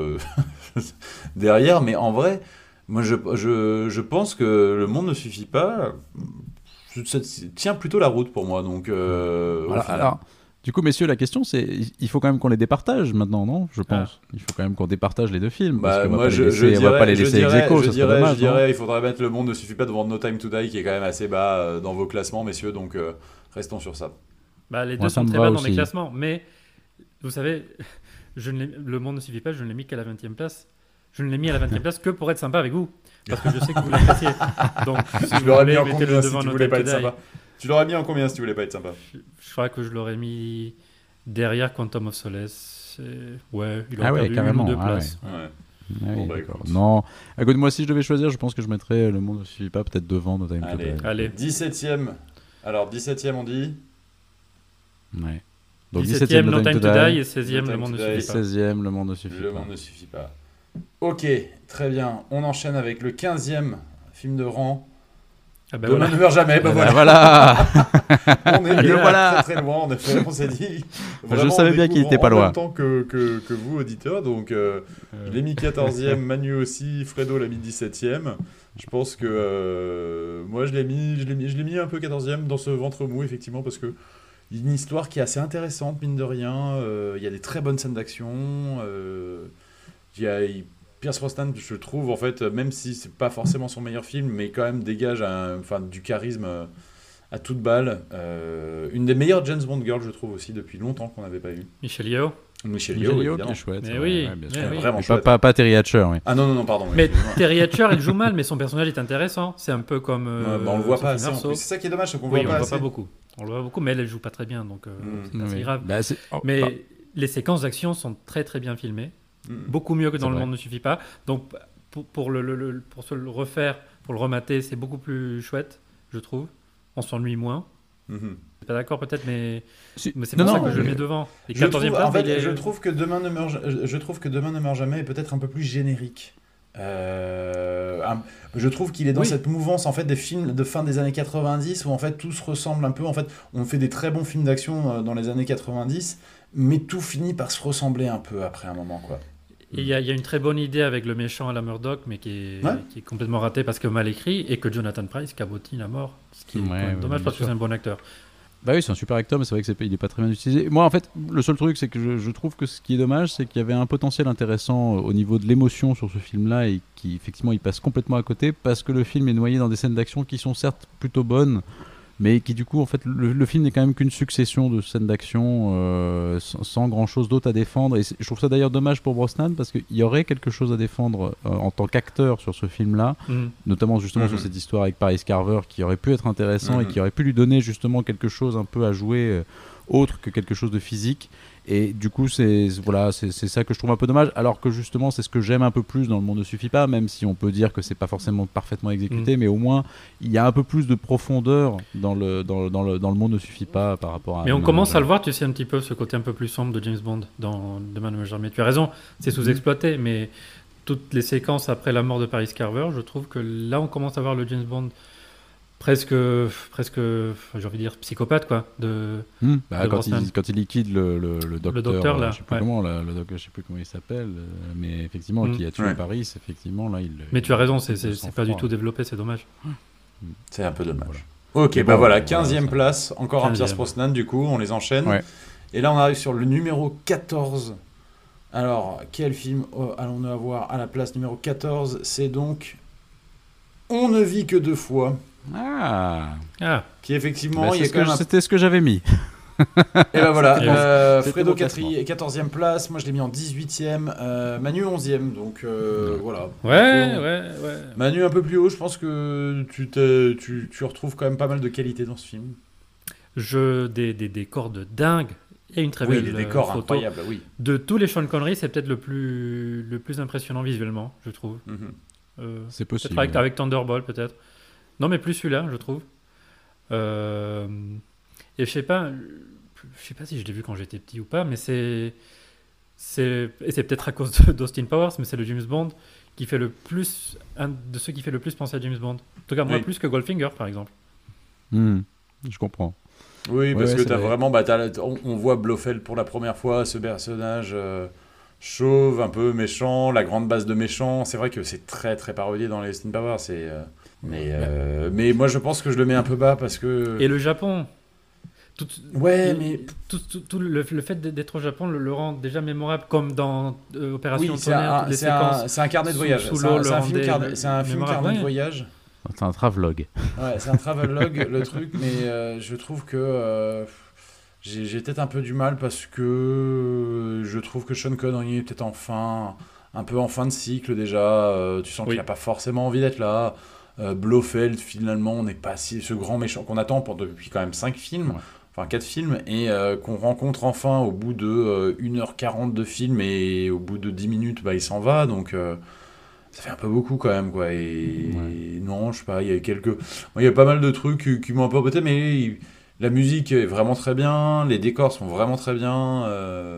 derrière. Mais en vrai, moi, je pense que Le monde ne suffit pas. Ça tient plutôt la route pour moi. Donc, voilà, alors, du coup, messieurs, la question, c'est il faut quand même qu'on les départage maintenant, non ? Je pense. Il faut quand même qu'on départage les deux films. Parce qu'on moi, va pas les laisser ex aequo, ça serait dommage. Je dirais, il faudrait mettre Le monde ne suffit pas devant No Time to Die, qui est quand même assez bas dans vos classements, messieurs. Donc, restons sur ça. Les deux sont très bas dans les classements. Mais, vous savez, Le monde ne suffit pas, je ne l'ai mis qu'à la 20e place. Je ne l'ai mis à la 20e place que pour être sympa avec vous. Parce que je sais que vous l'appréciez. Donc, si tu l'aurais mis en combien si tu voulais pas être sympa ? Tu l'aurais mis en combien si tu voulais pas être sympa ? Je crois que je l'aurais mis derrière Quantum of Solace. Ouais, il aurait perdu carrément, une ou deux places. Non, écoute, moi si je devais choisir, je pense que je mettrais Le monde ne suffit pas peut-être devant No Time to Die. Allez. 17e. Alors 17e on dit. Ouais. Donc 17e No Time to Die et 16e Le monde ne suffit pas. 16e Le monde ne suffit pas. Le monde ne suffit pas. Ok, très bien. On enchaîne avec le 15e film de rang. Demain ne meurt jamais. Voilà. On est très très loin. En effet, on s'est dit. Je savais bien qu'il était pas loin. En même temps que vous, auditeurs. Donc, je l'ai mis 14e. Manu aussi. Fredo l'a mis 17e. Je pense que moi, je l'ai mis un peu 14e dans ce ventre mou, effectivement, parce que une histoire qui est assez intéressante, mine de rien. Il y a des très bonnes scènes d'action. Pierce Brosnan, je trouve, en fait, même si c'est pas forcément son meilleur film, mais quand même dégage du charisme à toute balle. Une des meilleures James Bond girls, je trouve aussi, depuis longtemps qu'on n'avait pas eu. Michelle Yeoh. Michelle Yeoh, Yeoh, qui évidemment. est chouette. Mais ouais, oui, ouais, bien mais sûr. oui. Vraiment Mais chouette. pas Terry Hatcher, oui. Ah non, pardon. Mais excuse-moi. Terry Hatcher, il joue mal, mais son personnage est intéressant. C'est un peu comme. On le voit pas Sophie assez en Marceau. plus. C'est ça qui est dommage, c'est qu'on Oui, le on voit le pas voit pas assez. beaucoup. On le voit beaucoup, mais elle joue pas très bien, donc c'est pas si Oui. grave. Bah, Mais bah, les séquences d'action sont très très bien filmées, beaucoup mieux que dans C'est Le vrai. Monde ne suffit pas. Donc pour se le refaire, pour le remater, c'est beaucoup plus chouette, je trouve. On s'ennuie moins. Mhm. Je suis pas d'accord peut-être, mais c'est Non, pour ça non, que je le mais- mets devant. Et Je 14e trouve, place, en fait, il est- je trouve que Demain ne meurt jamais est peut-être un peu plus générique. Je trouve qu'il est dans Oui. cette mouvance en fait des films de fin des années 90 où en fait tout se ressemble un peu. En fait, on fait des très bons films d'action dans les années 90, mais tout finit par se ressembler un peu après un moment, quoi. Et il y a une très bonne idée avec le méchant à la Murdoch, mais qui Ouais. est complètement ratée parce que mal écrit et que Jonathan Pryce cabotine à mort. Ce qui est quand même Ouais, dommage bien parce que sûr. c'est un bon acteur. Bah oui, c'est un super acteur, mais c'est vrai que il est pas très bien utilisé. Moi, en fait, le seul truc, c'est que je trouve que ce qui est dommage, c'est qu'il y avait un potentiel intéressant au niveau de l'émotion sur ce film-là et qui, effectivement, il passe complètement à côté parce que le film est noyé dans des scènes d'action qui sont certes plutôt bonnes, mais qui, du coup, en fait, le film n'est quand même qu'une succession de scènes d'action sans grand-chose d'autre à défendre. Et je trouve ça d'ailleurs dommage pour Brosnan parce qu'il y aurait quelque chose à défendre en tant qu'acteur sur ce film-là. Mhm. Notamment justement sur cette histoire avec Paris Carver qui aurait pu être intéressant et qui aurait pu lui donner justement quelque chose un peu à jouer autre que quelque chose de physique. Et du coup c'est ça que je trouve un peu dommage, alors que justement c'est ce que j'aime un peu plus dans Le Monde ne suffit pas, même si on peut dire que c'est pas forcément parfaitement exécuté, mais au moins il y a un peu plus de profondeur dans le Monde ne suffit pas par rapport à... Mais on commence à le voir, tu sais, un petit peu ce côté un peu plus sombre de James Bond dans Demain ne meurt jamais. Tu as raison, c'est sous-exploité, mais toutes les séquences après la mort de Paris Carver, je trouve que là on commence à voir le James Bond presque, j'ai envie de dire psychopathe, quoi. Bah, de quand Brosnan. il liquide le docteur, docteur, là, je sais plus ouais. comment, le docteur, je sais plus comment il s'appelle, mais effectivement qui a tué Ouais. Paris, effectivement là il... Mais tu as raison, c'est il pas du tout développé, c'est dommage. C'est un peu dommage. Voilà. Ok, Mais bah bon, voilà, voilà, 15e ça. place, encore un 15e. Pierce Brosnan, du coup, on les enchaîne. Ouais. Et là, on arrive sur le numéro 14. Alors, quel film allons-nous avoir à la place numéro 14? C'est donc On ne vit que deux fois, Ah, Ah, qui effectivement, bah, il y a quand même un... c'était ce que j'avais mis. Et ben voilà, C'était Fredo bon classement. 14e place, moi je l'ai mis en 18e, Manu 11e, donc voilà. ouais. Manu un peu plus haut, je pense que tu retrouves quand même pas mal de qualité dans ce film. Des décors de dingue et une très Oui, belle les décors photo. incroyables, oui. De tous les Sean Connery, c'est peut-être le plus impressionnant visuellement, je trouve. Mhm. C'est possible. Peut-être avec Thunderbolt, peut-être. Non, mais plus celui-là, je trouve. Et je sais pas si je l'ai vu quand j'étais petit ou pas, mais et c'est peut-être à cause d'Austin Powers, mais c'est le James Bond qui fait un de ceux qui fait le plus penser à James Bond. En tout cas, moi, Oui. plus que Goldfinger, par exemple. Je comprends. Oui, parce Ouais, que c'est t'as vrai. vraiment, on voit Blofeld pour la première fois, ce personnage chauve, un peu méchant, la grande base de méchant. C'est vrai que c'est très très parodié dans les Austin Powers. Mais moi je pense que je le mets un peu bas parce que. Et le Japon. Ouais, mais Tout le fait d'être au Japon le rend déjà mémorable, comme dans Opération oui, c'est Tonnerre, toutes les séquences. c'est un carnet de sous- voyage. sous C'est l'eau un, le c'est un film rendait carnet, c'est un film mémorable, carnet de ouais. voyage. C'est un travelogue. Ouais, c'est un travelogue le truc, mais je trouve que j'ai peut-être un peu du mal parce que je trouve que Sean Connery est peut-être un peu en fin de cycle déjà. Tu sens Oui. qu'il n'a pas forcément envie d'être là. Blofeld, finalement, on n'est pas ce grand méchant qu'on attend depuis quand même 5 films. Ouais. Enfin 4 films, et qu'on rencontre enfin au bout de 1h40 de film, et au bout de 10 minutes, bah, il s'en va, donc ça fait un peu beaucoup quand même, quoi. Et non, je sais pas, il y a il y a pas mal de trucs qui m'ont un peu embêté, mais la musique est vraiment très bien, les décors sont vraiment très bien.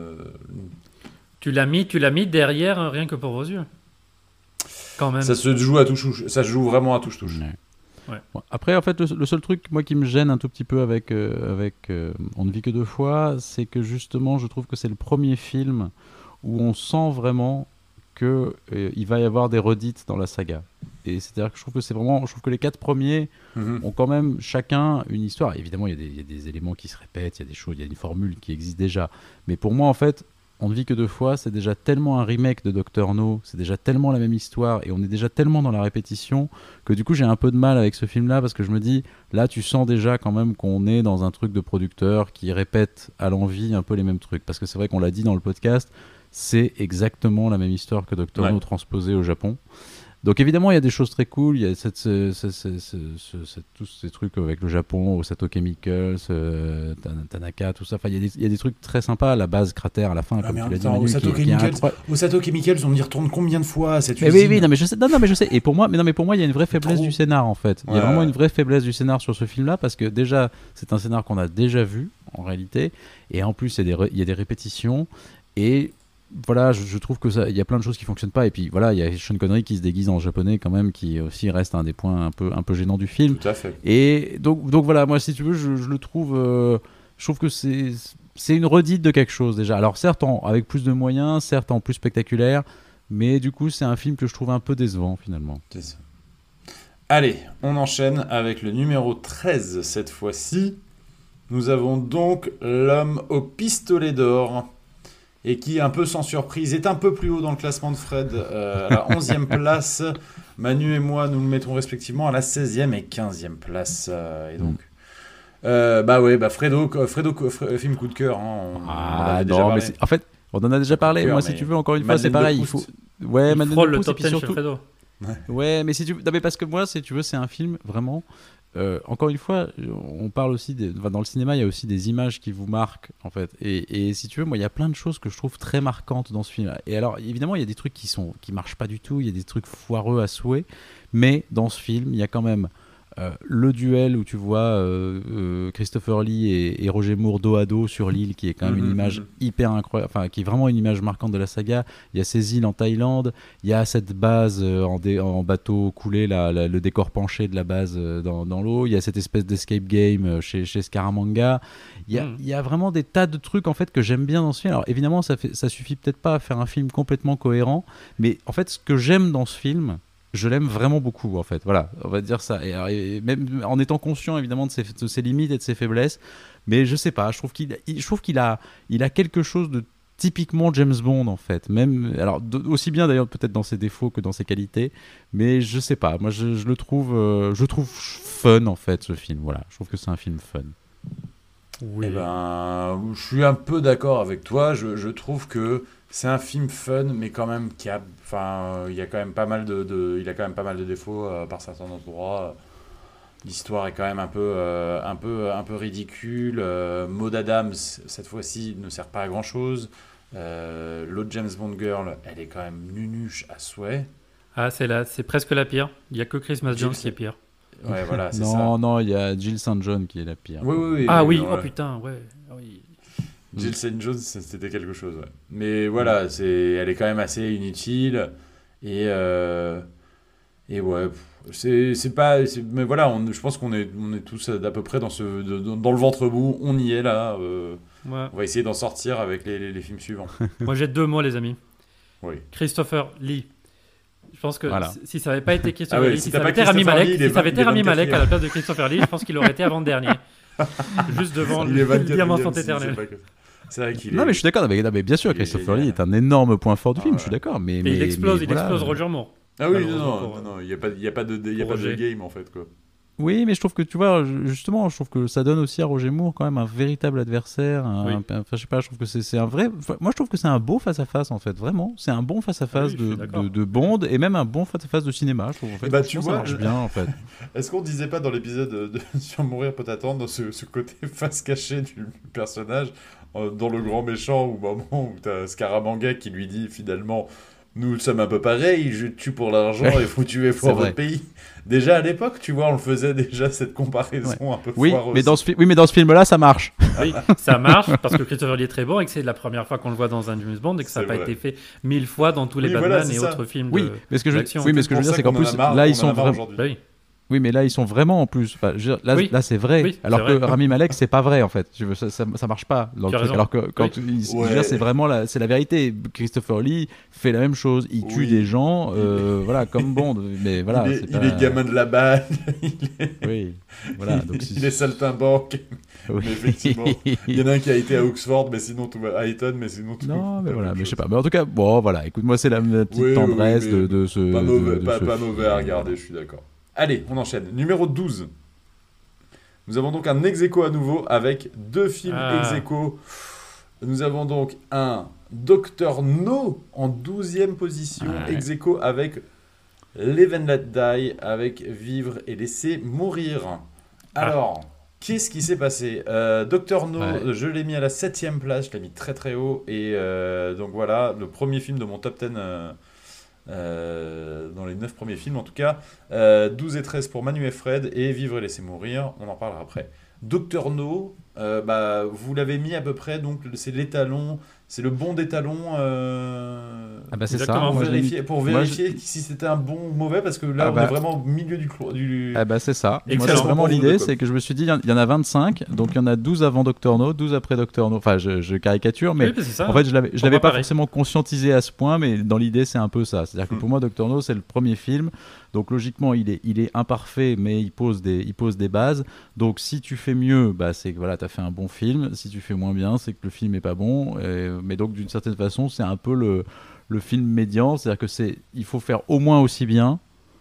Tu l'as mis derrière rien que pour vos yeux. Quand même. Ça se joue à touche, ça se joue vraiment à touche. Ouais. Bon, après, en fait, le seul truc moi qui me gêne un tout petit peu avec On ne vit que deux fois, c'est que justement, je trouve que c'est le premier film où on sent vraiment que il va y avoir des redites dans la saga. Et c'est-à-dire que je trouve que les 4 premiers ont quand même chacun une histoire. Évidemment, il y a des éléments qui se répètent, il y a des choses, il y a une formule qui existe déjà. Mais pour moi, en fait, On ne vit que deux fois, c'est déjà tellement un remake de Doctor No, c'est déjà tellement la même histoire et on est déjà tellement dans la répétition que du coup j'ai un peu de mal avec ce film-là parce que je me dis, là tu sens déjà quand même qu'on est dans un truc de producteur qui répète à l'envi un peu les mêmes trucs. Parce que c'est vrai qu'on l'a dit dans le podcast, c'est exactement la même histoire que Doctor No transposée au Japon. Donc évidemment il y a des choses très cool, il y a tous ces trucs avec le Japon, Osato Chemicals, Tanaka, tout ça, enfin il y a des trucs très sympas, la base cratère à la fin, comme tu l'as dit Manu, Osato Chemicals, on y retourne combien de fois à cette usine? Oui, non mais je sais, et pour moi, pour moi il y a une vraie faiblesse du scénar en fait, il y a vraiment une vraie faiblesse du scénar sur ce film-là, parce que déjà c'est un scénar qu'on a déjà vu en réalité, et en plus il y a des répétitions, et voilà, je trouve que ça, il y a plein de choses qui fonctionnent pas, et puis voilà, il y a Sean Connery qui se déguise en japonais quand même, qui aussi reste un des points un peu gênants du film. Tout à fait. Et donc voilà, moi si tu veux, je le trouve, je trouve que c'est une redite de quelque chose déjà. Alors certes avec plus de moyens, certes en plus spectaculaire, mais du coup c'est un film que je trouve un peu décevant finalement. C'est ça. Allez, on enchaîne avec le numéro 13 cette fois-ci. Nous avons donc L'homme au pistolet d'or. Et qui, un peu sans surprise, est un peu plus haut dans le classement de Fred, à la 11e place. Manu et moi, nous le mettrons respectivement à la 16e et 15e place. Et donc, Fredo, film coup de cœur. Hein, en fait, on en a déjà parlé. Moi, si tu veux, encore une fois, c'est pareil. Il faut... Ouais, il frôle le top 10 chez Fredo. Ouais, mais si tu veux... non, mais parce que moi, si tu veux, c'est un film vraiment... encore une fois, on parle aussi dans le cinéma, il y a aussi des images qui vous marquent en fait. Et si tu veux, moi, il y a plein de choses que je trouve très marquantes dans ce film. Et alors, évidemment, il y a des trucs qui marchent pas du tout. Il y a des trucs foireux à souhait. Mais dans ce film, il y a quand même le duel où tu vois Christopher Lee et Roger Moore dos à dos sur l'île, qui est quand même une image hyper incroyable, enfin qui est vraiment une image marquante de la saga. Il y a ces îles en Thaïlande, il y a cette base en bateau coulé, le décor penché de la base dans l'eau, il y a cette espèce d'escape game chez Scaramanga. Il y a vraiment des tas de trucs en fait que j'aime bien dans ce film. Alors évidemment ça suffit peut-être pas à faire un film complètement cohérent, mais en fait ce que j'aime dans ce film, je l'aime vraiment beaucoup en fait, voilà, on va dire ça, et même en étant conscient évidemment de ses limites et de ses faiblesses, mais je sais pas, je trouve qu'il a quelque chose de typiquement James Bond en fait, même, alors aussi bien d'ailleurs peut-être dans ses défauts que dans ses qualités, mais je sais pas, moi je le trouve fun en fait ce film, voilà, je trouve que c'est un film fun. Oui. Eh ben, je suis un peu d'accord avec toi, je trouve que c'est un film fun, mais quand même il y a quand même pas mal de défauts par certains endroits. L'histoire est quand même un peu ridicule. Maud Adams, cette fois-ci, ne sert pas à grand chose. L'autre James Bond girl, elle est quand même nunuche à souhait. Ah, c'est presque la pire. Il y a que Christmas Jones qui est pire. Ouais, voilà, c'est non, il y a Jill St. John qui est la pire. Oui. Ah oui, oh putain, ouais. Oui. Jill St. Jones, c'était quelque chose, ouais. Mais voilà, elle est quand même assez inutile. Et ouais, mais voilà, je pense qu'on est tous à peu près dans le ventre mou. On y est là. Ouais. On va essayer d'en sortir avec les films suivants. Moi, j'ai 2 mots, les amis. Oui. Christopher Lee. Je pense que voilà. Si ça n'avait pas été Christopher Lee, si ça avait été Rami Malek à la place de Christopher Lee, je pense qu'il aurait été avant-dernier. Juste devant le diamant sans éternel. C'est vrai qu'il non, mais je suis d'accord. Mais bien sûr, Christopher Lee est un énorme point fort du film, je suis d'accord. Mais il explose Roger Moore. Ah oui, non, il n'y a pas de game en fait, quoi. Oui, mais je trouve que tu vois, justement, je trouve que ça donne aussi à Roger Moore quand même un véritable adversaire. Je sais pas, je trouve que c'est un vrai. Moi, je trouve que c'est un beau face-à-face en fait, vraiment. C'est un bon face-à-face de Bond et même un bon face-à-face de cinéma. Je trouve en fait. Tu vois, ça marche bien en fait. Est-ce qu'on disait pas dans l'épisode Sur Mourir peut attendre ce côté face cachée du personnage dans le grand méchant au moment où t'as Scaramanga qui lui dit finalement. Nous sommes un peu pareils, je tue pour l'argent et faut tuer pour votre pays. Déjà à l'époque, tu vois, on le faisait déjà cette comparaison un peu foireuse. Mais dans ce film-là, ça marche. Oui, ça marche parce que Christopher Lee est très bon et que c'est la première fois qu'on le voit dans un James Bond et que ça n'a pas été fait 1000 fois dans tous les Batman et autres films mais ce que je veux dire, c'est qu'en plus, là, ils sont vraiment... Oui, mais là, ils sont vraiment en plus. Enfin, Oui. là, c'est vrai. Oui, alors c'est que vrai. Rami Malek, c'est pas vrai, en fait. Ça marche pas dans le Tu as truc. raison. Alors que quand Ouais. je veux dire, c'est vraiment c'est la vérité. Christopher Lee fait la même chose. Il tue Oui. des gens, Il est- voilà, comme Bond. Mais voilà, c'est il pas. est gamin de la balle, Oui, voilà. Donc, il est saltimbanque. Oui. Mais effectivement, il y en a un qui a été à Oxford, mais sinon tout va à Eton, mais sinon tout Non, mais la voilà, même mais je sais chose. pas. Mais en tout cas, bon, voilà. Écoute, moi, c'est la petite Oui, oui, tendresse mais de ce. pas mauvais, de pas, ce pas mauvais à film. regarder, je suis d'accord. Allez, on enchaîne. Numéro 12. Nous avons donc un ex-aequo à nouveau avec 2 films Ah. ex-aequo. Nous avons donc un Dr No en 12e position, Ouais. ex-aequo avec Live and Let Die, avec Vivre et Laisser Mourir. Alors, qu'est-ce qui s'est passé Dr No, Ouais. je l'ai mis à la 7e place, je l'ai mis très très haut. Et donc voilà, le premier film de mon top 10 dans les 9 premiers films en tout cas. 12 et 13 pour Manu et Fred et Vivre et Laisser Mourir, on en parlera après. Dr No, vous l'avez mis à peu près, donc c'est l'étalon, c'est le bon d'étalon Ah bah c'est ça. Exactement. Moi, je l'ai mis- pour moi, je- vérifier si c'était un bon ou mauvais, parce que là Ah on bah. est vraiment au milieu du Ah bah c'est ça. Moi, Excellent. c'est vraiment Pour vous deux, l'idée, quoi. c'est que je me suis dit, il y en a 25, donc il y en a 12 avant Doctor No, 12 après Doctor No. Enfin, je caricature, mais Oui, c'est ça. en fait, je l'avais Pour moi, pas pareil. forcément conscientisé à ce point, mais dans l'idée, c'est un peu ça. C'est-à-dire que Mm. pour moi, Doctor No, c'est le premier film, donc logiquement, il est imparfait, mais il pose des bases. Donc si tu fais mieux, bah, c'est que voilà, tu as fait un bon film. Si tu fais moins bien, c'est que le film est pas bon. Mais donc, d'une certaine façon, c'est un peu le film médian, c'est-à-dire que il faut faire au moins aussi bien.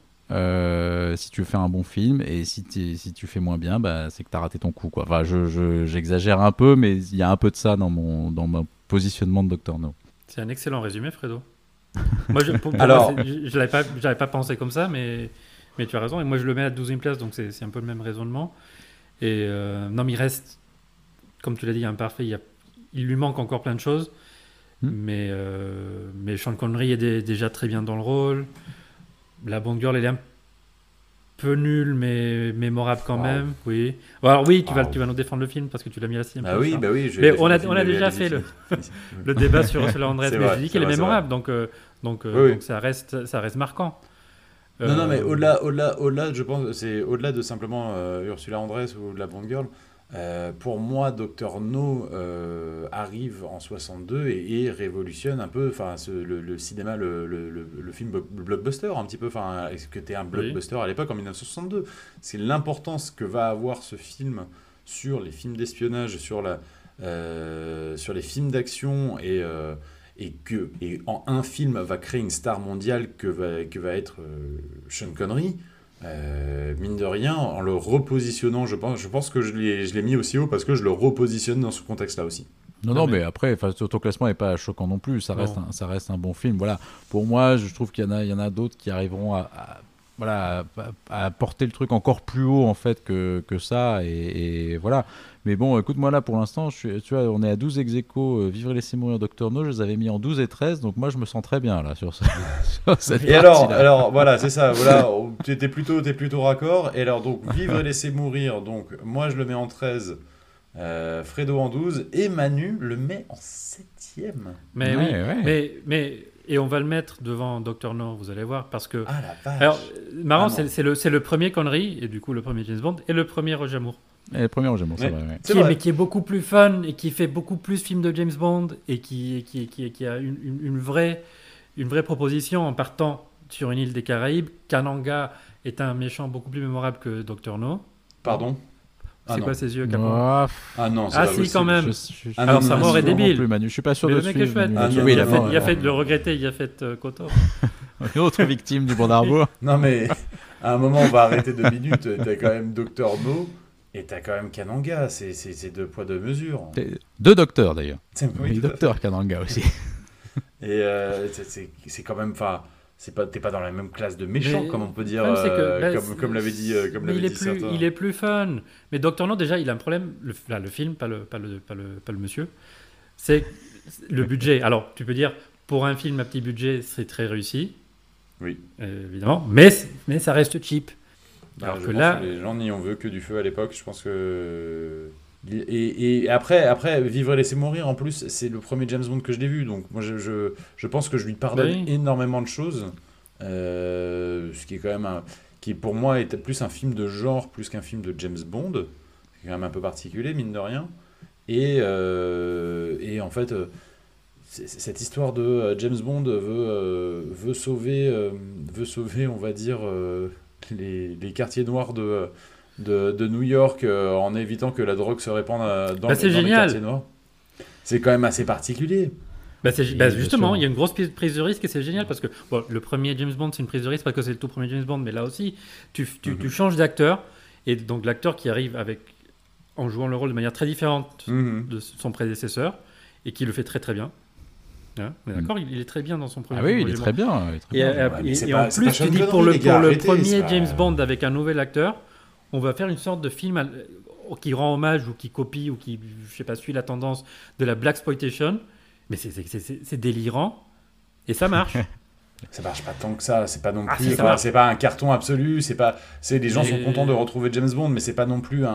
Si tu veux faire un bon film, et si tu fais moins bien, bah, c'est que tu as raté ton coup, quoi. Enfin, j'exagère un peu, mais il y a un peu de ça dans mon positionnement de Dr No. C'est un excellent résumé, Fredo. Moi, pour Alors- moi, je l'avais pas pensé comme ça, mais tu as raison. Et moi, je le mets à 12e place, donc c'est un peu le même raisonnement. Et non, mais il reste, comme tu l'as dit, imparfait. Il lui manque encore plein de choses. Mais Sean Connery est déjà très bien dans le rôle. La Bond Girl, elle est un peu nulle, mais mémorable quand Wow. même. Oui. Alors oui, tu Wow. vas nous défendre le film parce que tu l'as mis à la 6e Bah place, oui, hein. bah oui. Mais on a déjà fait le débat sur Andrés, C'est mais vrai, je dis c'est qu'elle est vrai, c'est mémorable, donc Oui. ça reste marquant. Non, non, mais Euh, au-delà, je pense, c'est au-delà de simplement Ursula Andress ou de la Bond Girl. Pour moi, Dr No arrive en 62 et révolutionne un peu, enfin, le cinéma, le film blockbuster un petit peu, enfin, est-ce que t'es un blockbuster à l'époque en 1962? C'est l'importance que va avoir ce film sur les films d'espionnage, sur les films d'action et en un film va créer une star mondiale que va être Sean Connery. Mine de rien, en le repositionnant, je pense que je l'ai mis aussi haut parce que je le repositionne dans ce contexte-là aussi. Non, Non, non, mais- mais après, ton classement n'est pas choquant non plus. Ça Non. reste un bon film. Voilà. Pour moi, je trouve qu'il y en a d'autres qui arriveront voilà, à porter le truc encore plus haut en fait que ça. Et voilà. Mais bon, écoute, moi là, pour l'instant, tu vois, on est à 12 ex-aequo, Vivre et laisser mourir Dr No. Je les avais mis en 12 et 13. Donc moi, je me sens très bien là sur cette Et partie-là. alors voilà, c'est ça. Voilà, t'es plutôt raccord. Et alors donc Vivre et laisser mourir. Donc moi je le mets en 13. Fredo en 12 et Manu le met en 7e. Mais Ouais, oui, ouais. mais et on va le mettre devant Dr No, vous allez voir, parce que Ah la vache. alors marrant, Ah non. c'est le premier Connery et du coup le premier James Bond et le premier Roger Moore. Et le premier Roger Moore, c'est Ouais. vrai. Ouais. C'est vrai. Mais qui est beaucoup plus fun et qui fait beaucoup plus film de James Bond et qui a une vraie proposition en partant sur une île des Caraïbes. Kananga est un méchant beaucoup plus mémorable que Dr No. Pardon. Ah C'est non. quoi ses yeux, Capra? Ah, Non, c'est Ah pas si, possible. quand même. Ah Alors, non, sa non, mort non, est non, débile. Plus, Manu. Je suis pas sûr Mais de le mec est suivre. chouette. Manu. Ah, non, Oui, non, il a non, fait Le regretter, il a fait Kotor. une autre victime du Bond Arbour. Non mais à un moment on va arrêter 2 minutes. T'as quand même Dr No et t'as quand même Kananga. C'est 2 poids 2 mesures. Deux docteurs d'ailleurs. Oui, Oui, tout à fait. docteur Kananga aussi. Et c'est quand même, enfin, t'es pas dans la même classe de méchants, Mais comme on peut dire, le problème, c'est que, comme l'avait dit, mais il est dit plus, certains. il est plus fun. Mais Dr No, déjà, il a un problème. Là, le film, pas le monsieur. C'est le budget. Alors, tu peux dire, pour un film à petit budget, c'est très réussi. Oui. Évidemment. Mais ça reste cheap. Bah, Alors je que pense là, que les gens n'y ont vu que du feu à l'époque. Je pense que et après Vivre et laisser mourir. En plus, c'est le premier James Bond que je l'ai vu, donc moi je pense que je lui pardonne Oui. énormément de choses, ce qui est quand même qui pour moi était plus un film de genre plus qu'un film de James Bond. C'est quand même un peu particulier, mine de rien. Et en fait, cette histoire de James Bond veut sauver, on va dire, les quartiers noirs de New York en évitant que la drogue se répande dans les quartiers noirs. C'est quand même assez particulier. Justement, il y a une grosse prise de risque et c'est génial parce que le premier James Bond, c'est une prise de risque parce que c'est le tout premier James Bond, mais là aussi, tu changes d'acteur et donc l'acteur qui arrive en jouant le rôle de manière très différente de son prédécesseur et qui le fait très très bien. Hein, d'accord, il est très bien dans son premier rôle. Ah oui, il est très bien. Et en plus, tu dis pour le premier James Bond avec un nouvel acteur, on va faire une sorte de film qui rend hommage ou qui copie ou qui, je sais pas, suit la tendance de la blaxploitation. Mais c'est délirant et ça marche. Ça marche pas tant que ça. C'est pas non plus. C'est pas un carton absolu. Les gens sont contents de retrouver James Bond, mais c'est pas non plus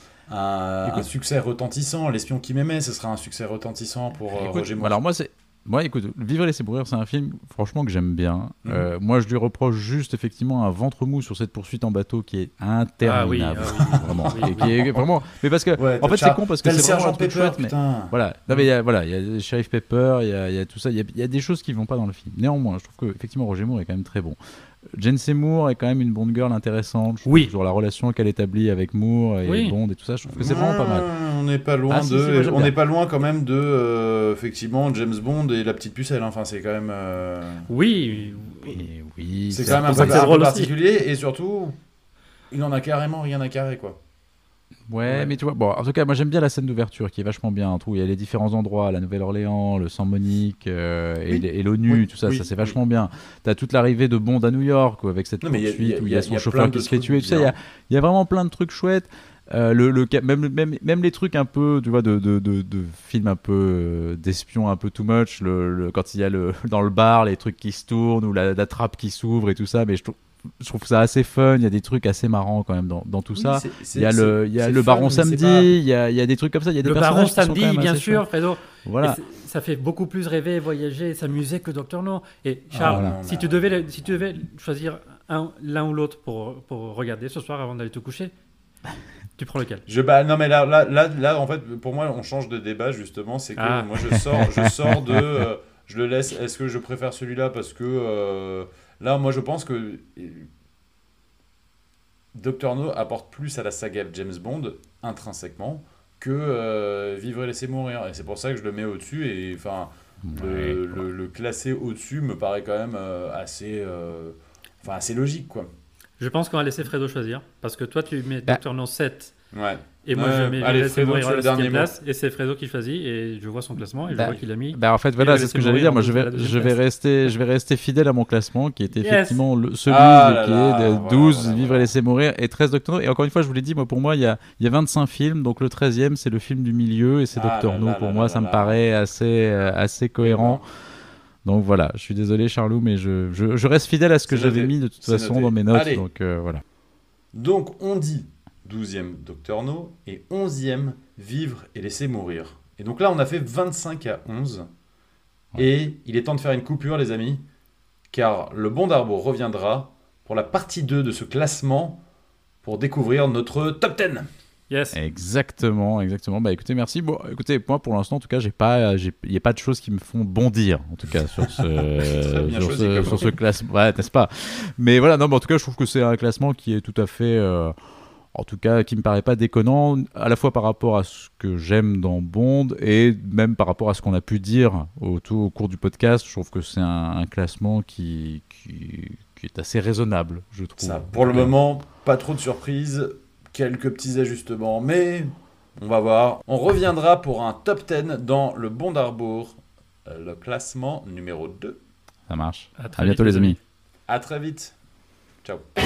un succès retentissant. L'espion qui m'aimait, ce sera un succès retentissant pour Roger Moore. Alors moi, écoute, Vivre et laisser mourir, c'est un film, franchement, que j'aime bien. Moi, je lui reproche juste, effectivement, un ventre mou sur cette poursuite en bateau qui est interminable. Vraiment. Et qui est vraiment... Mais parce que, en fait, c'est con parce que c'est vraiment un truc chouette, mais... Voilà. Non, mais il y a Sheriff Pepper, il y a tout ça. Il y a des choses qui vont pas dans le film. Néanmoins, je trouve que, effectivement, Roger Moore est quand même très bon. Jane Seymour est quand même une Bond girl intéressante. Sur la relation qu'elle établit avec Moore et Bond et tout ça, je trouve que c'est vraiment pas mal. On n'est pas loin pas loin quand même de effectivement James Bond et la petite pucelle. Enfin, c'est quand même. Oui. C'est quand même un peu particulier et surtout, il en a carrément rien à carrer quoi. Ouais, mais tu vois, en tout cas, moi j'aime bien la scène d'ouverture qui est vachement bien. Il y a les différents endroits, la Nouvelle-Orléans, le San Monique et l'ONU, tout ça, ça c'est vachement bien. T'as toute l'arrivée de Bond à New York avec cette poursuite où il y a son chauffeur qui se fait tuer, tout ça. Il y a vraiment plein de trucs chouettes. Même les trucs un peu, tu vois, de films un peu d'espions un peu too much, quand il y a dans le bar les trucs qui se tournent ou la trappe qui s'ouvre et tout ça, mais je trouve ça assez fun. Il y a des trucs assez marrants quand même dans tout ça. Il y a le Baron Samedi, il y a des trucs comme ça. Il y a des le Baron Samedi, bien sûr, fun. Fredo. Voilà. Ça fait beaucoup plus rêver, voyager, s'amuser que Docteur No. Et Charles, si tu devais choisir l'un ou l'autre pour regarder ce soir avant d'aller te coucher, tu prends lequel? Non mais là en fait pour moi on change de débat justement, c'est que moi je sors de je le laisse. Est-ce que je préfère celui-là parce que là moi je pense que Docteur No apporte plus à la saga James Bond intrinsèquement que Vivre et laisser mourir, et c'est pour ça que je le mets au-dessus. Et enfin le classer au-dessus me paraît quand même assez logique quoi. Je pense qu'on va laisser Fredo choisir, parce que toi tu mets Docteur No 7 Ouais. et moi je mets laisser mourir à la 7e place, et c'est Fredo qui choisit et je vois son classement et je vois qu'il a mis. En fait voilà, c'est ce que j'allais dire. Moi je vais rester fidèle à mon classement qui était effectivement celui qui est de 12 Vivre et laisser mourir et 13 Docteur No. Et encore une fois je vous l'ai dit, moi pour moi il y a 25 films, donc le 13e c'est le film du milieu et c'est Docteur No. Pour moi ça me paraît assez cohérent. Donc voilà, je suis désolé Charlot, mais je reste fidèle à ce que j'avais mis de toute façon dans mes notes. Donc voilà. Donc on dit 12e Docteur No et 11e Vivre et laisser mourir. Et donc là on a fait 25 à 11. Ouais. Et il est temps de faire une coupure les amis, car le Bond Arbour reviendra pour la partie 2 de ce classement pour découvrir notre top 10. Yes. Exactement. Écoutez, merci. Bon, écoutez, moi pour l'instant, en tout cas, il n'y a pas de choses qui me font bondir, en tout cas sur ce classement. Ouais, n'est-ce pas? Mais voilà, non, mais en tout cas, je trouve que c'est un classement qui est tout à fait, en tout cas, qui me paraît pas déconnant, à la fois par rapport à ce que j'aime dans Bond et même par rapport à ce qu'on a pu dire au cours du podcast. Je trouve que c'est un classement qui est assez raisonnable, je trouve. Ça, pour le moment, pas trop de surprises. Quelques petits ajustements, mais on va voir. On reviendra pour un top 10 dans le Bond Arbour, le classement numéro 2. Ça marche. À bientôt les amis. À très vite. Ciao.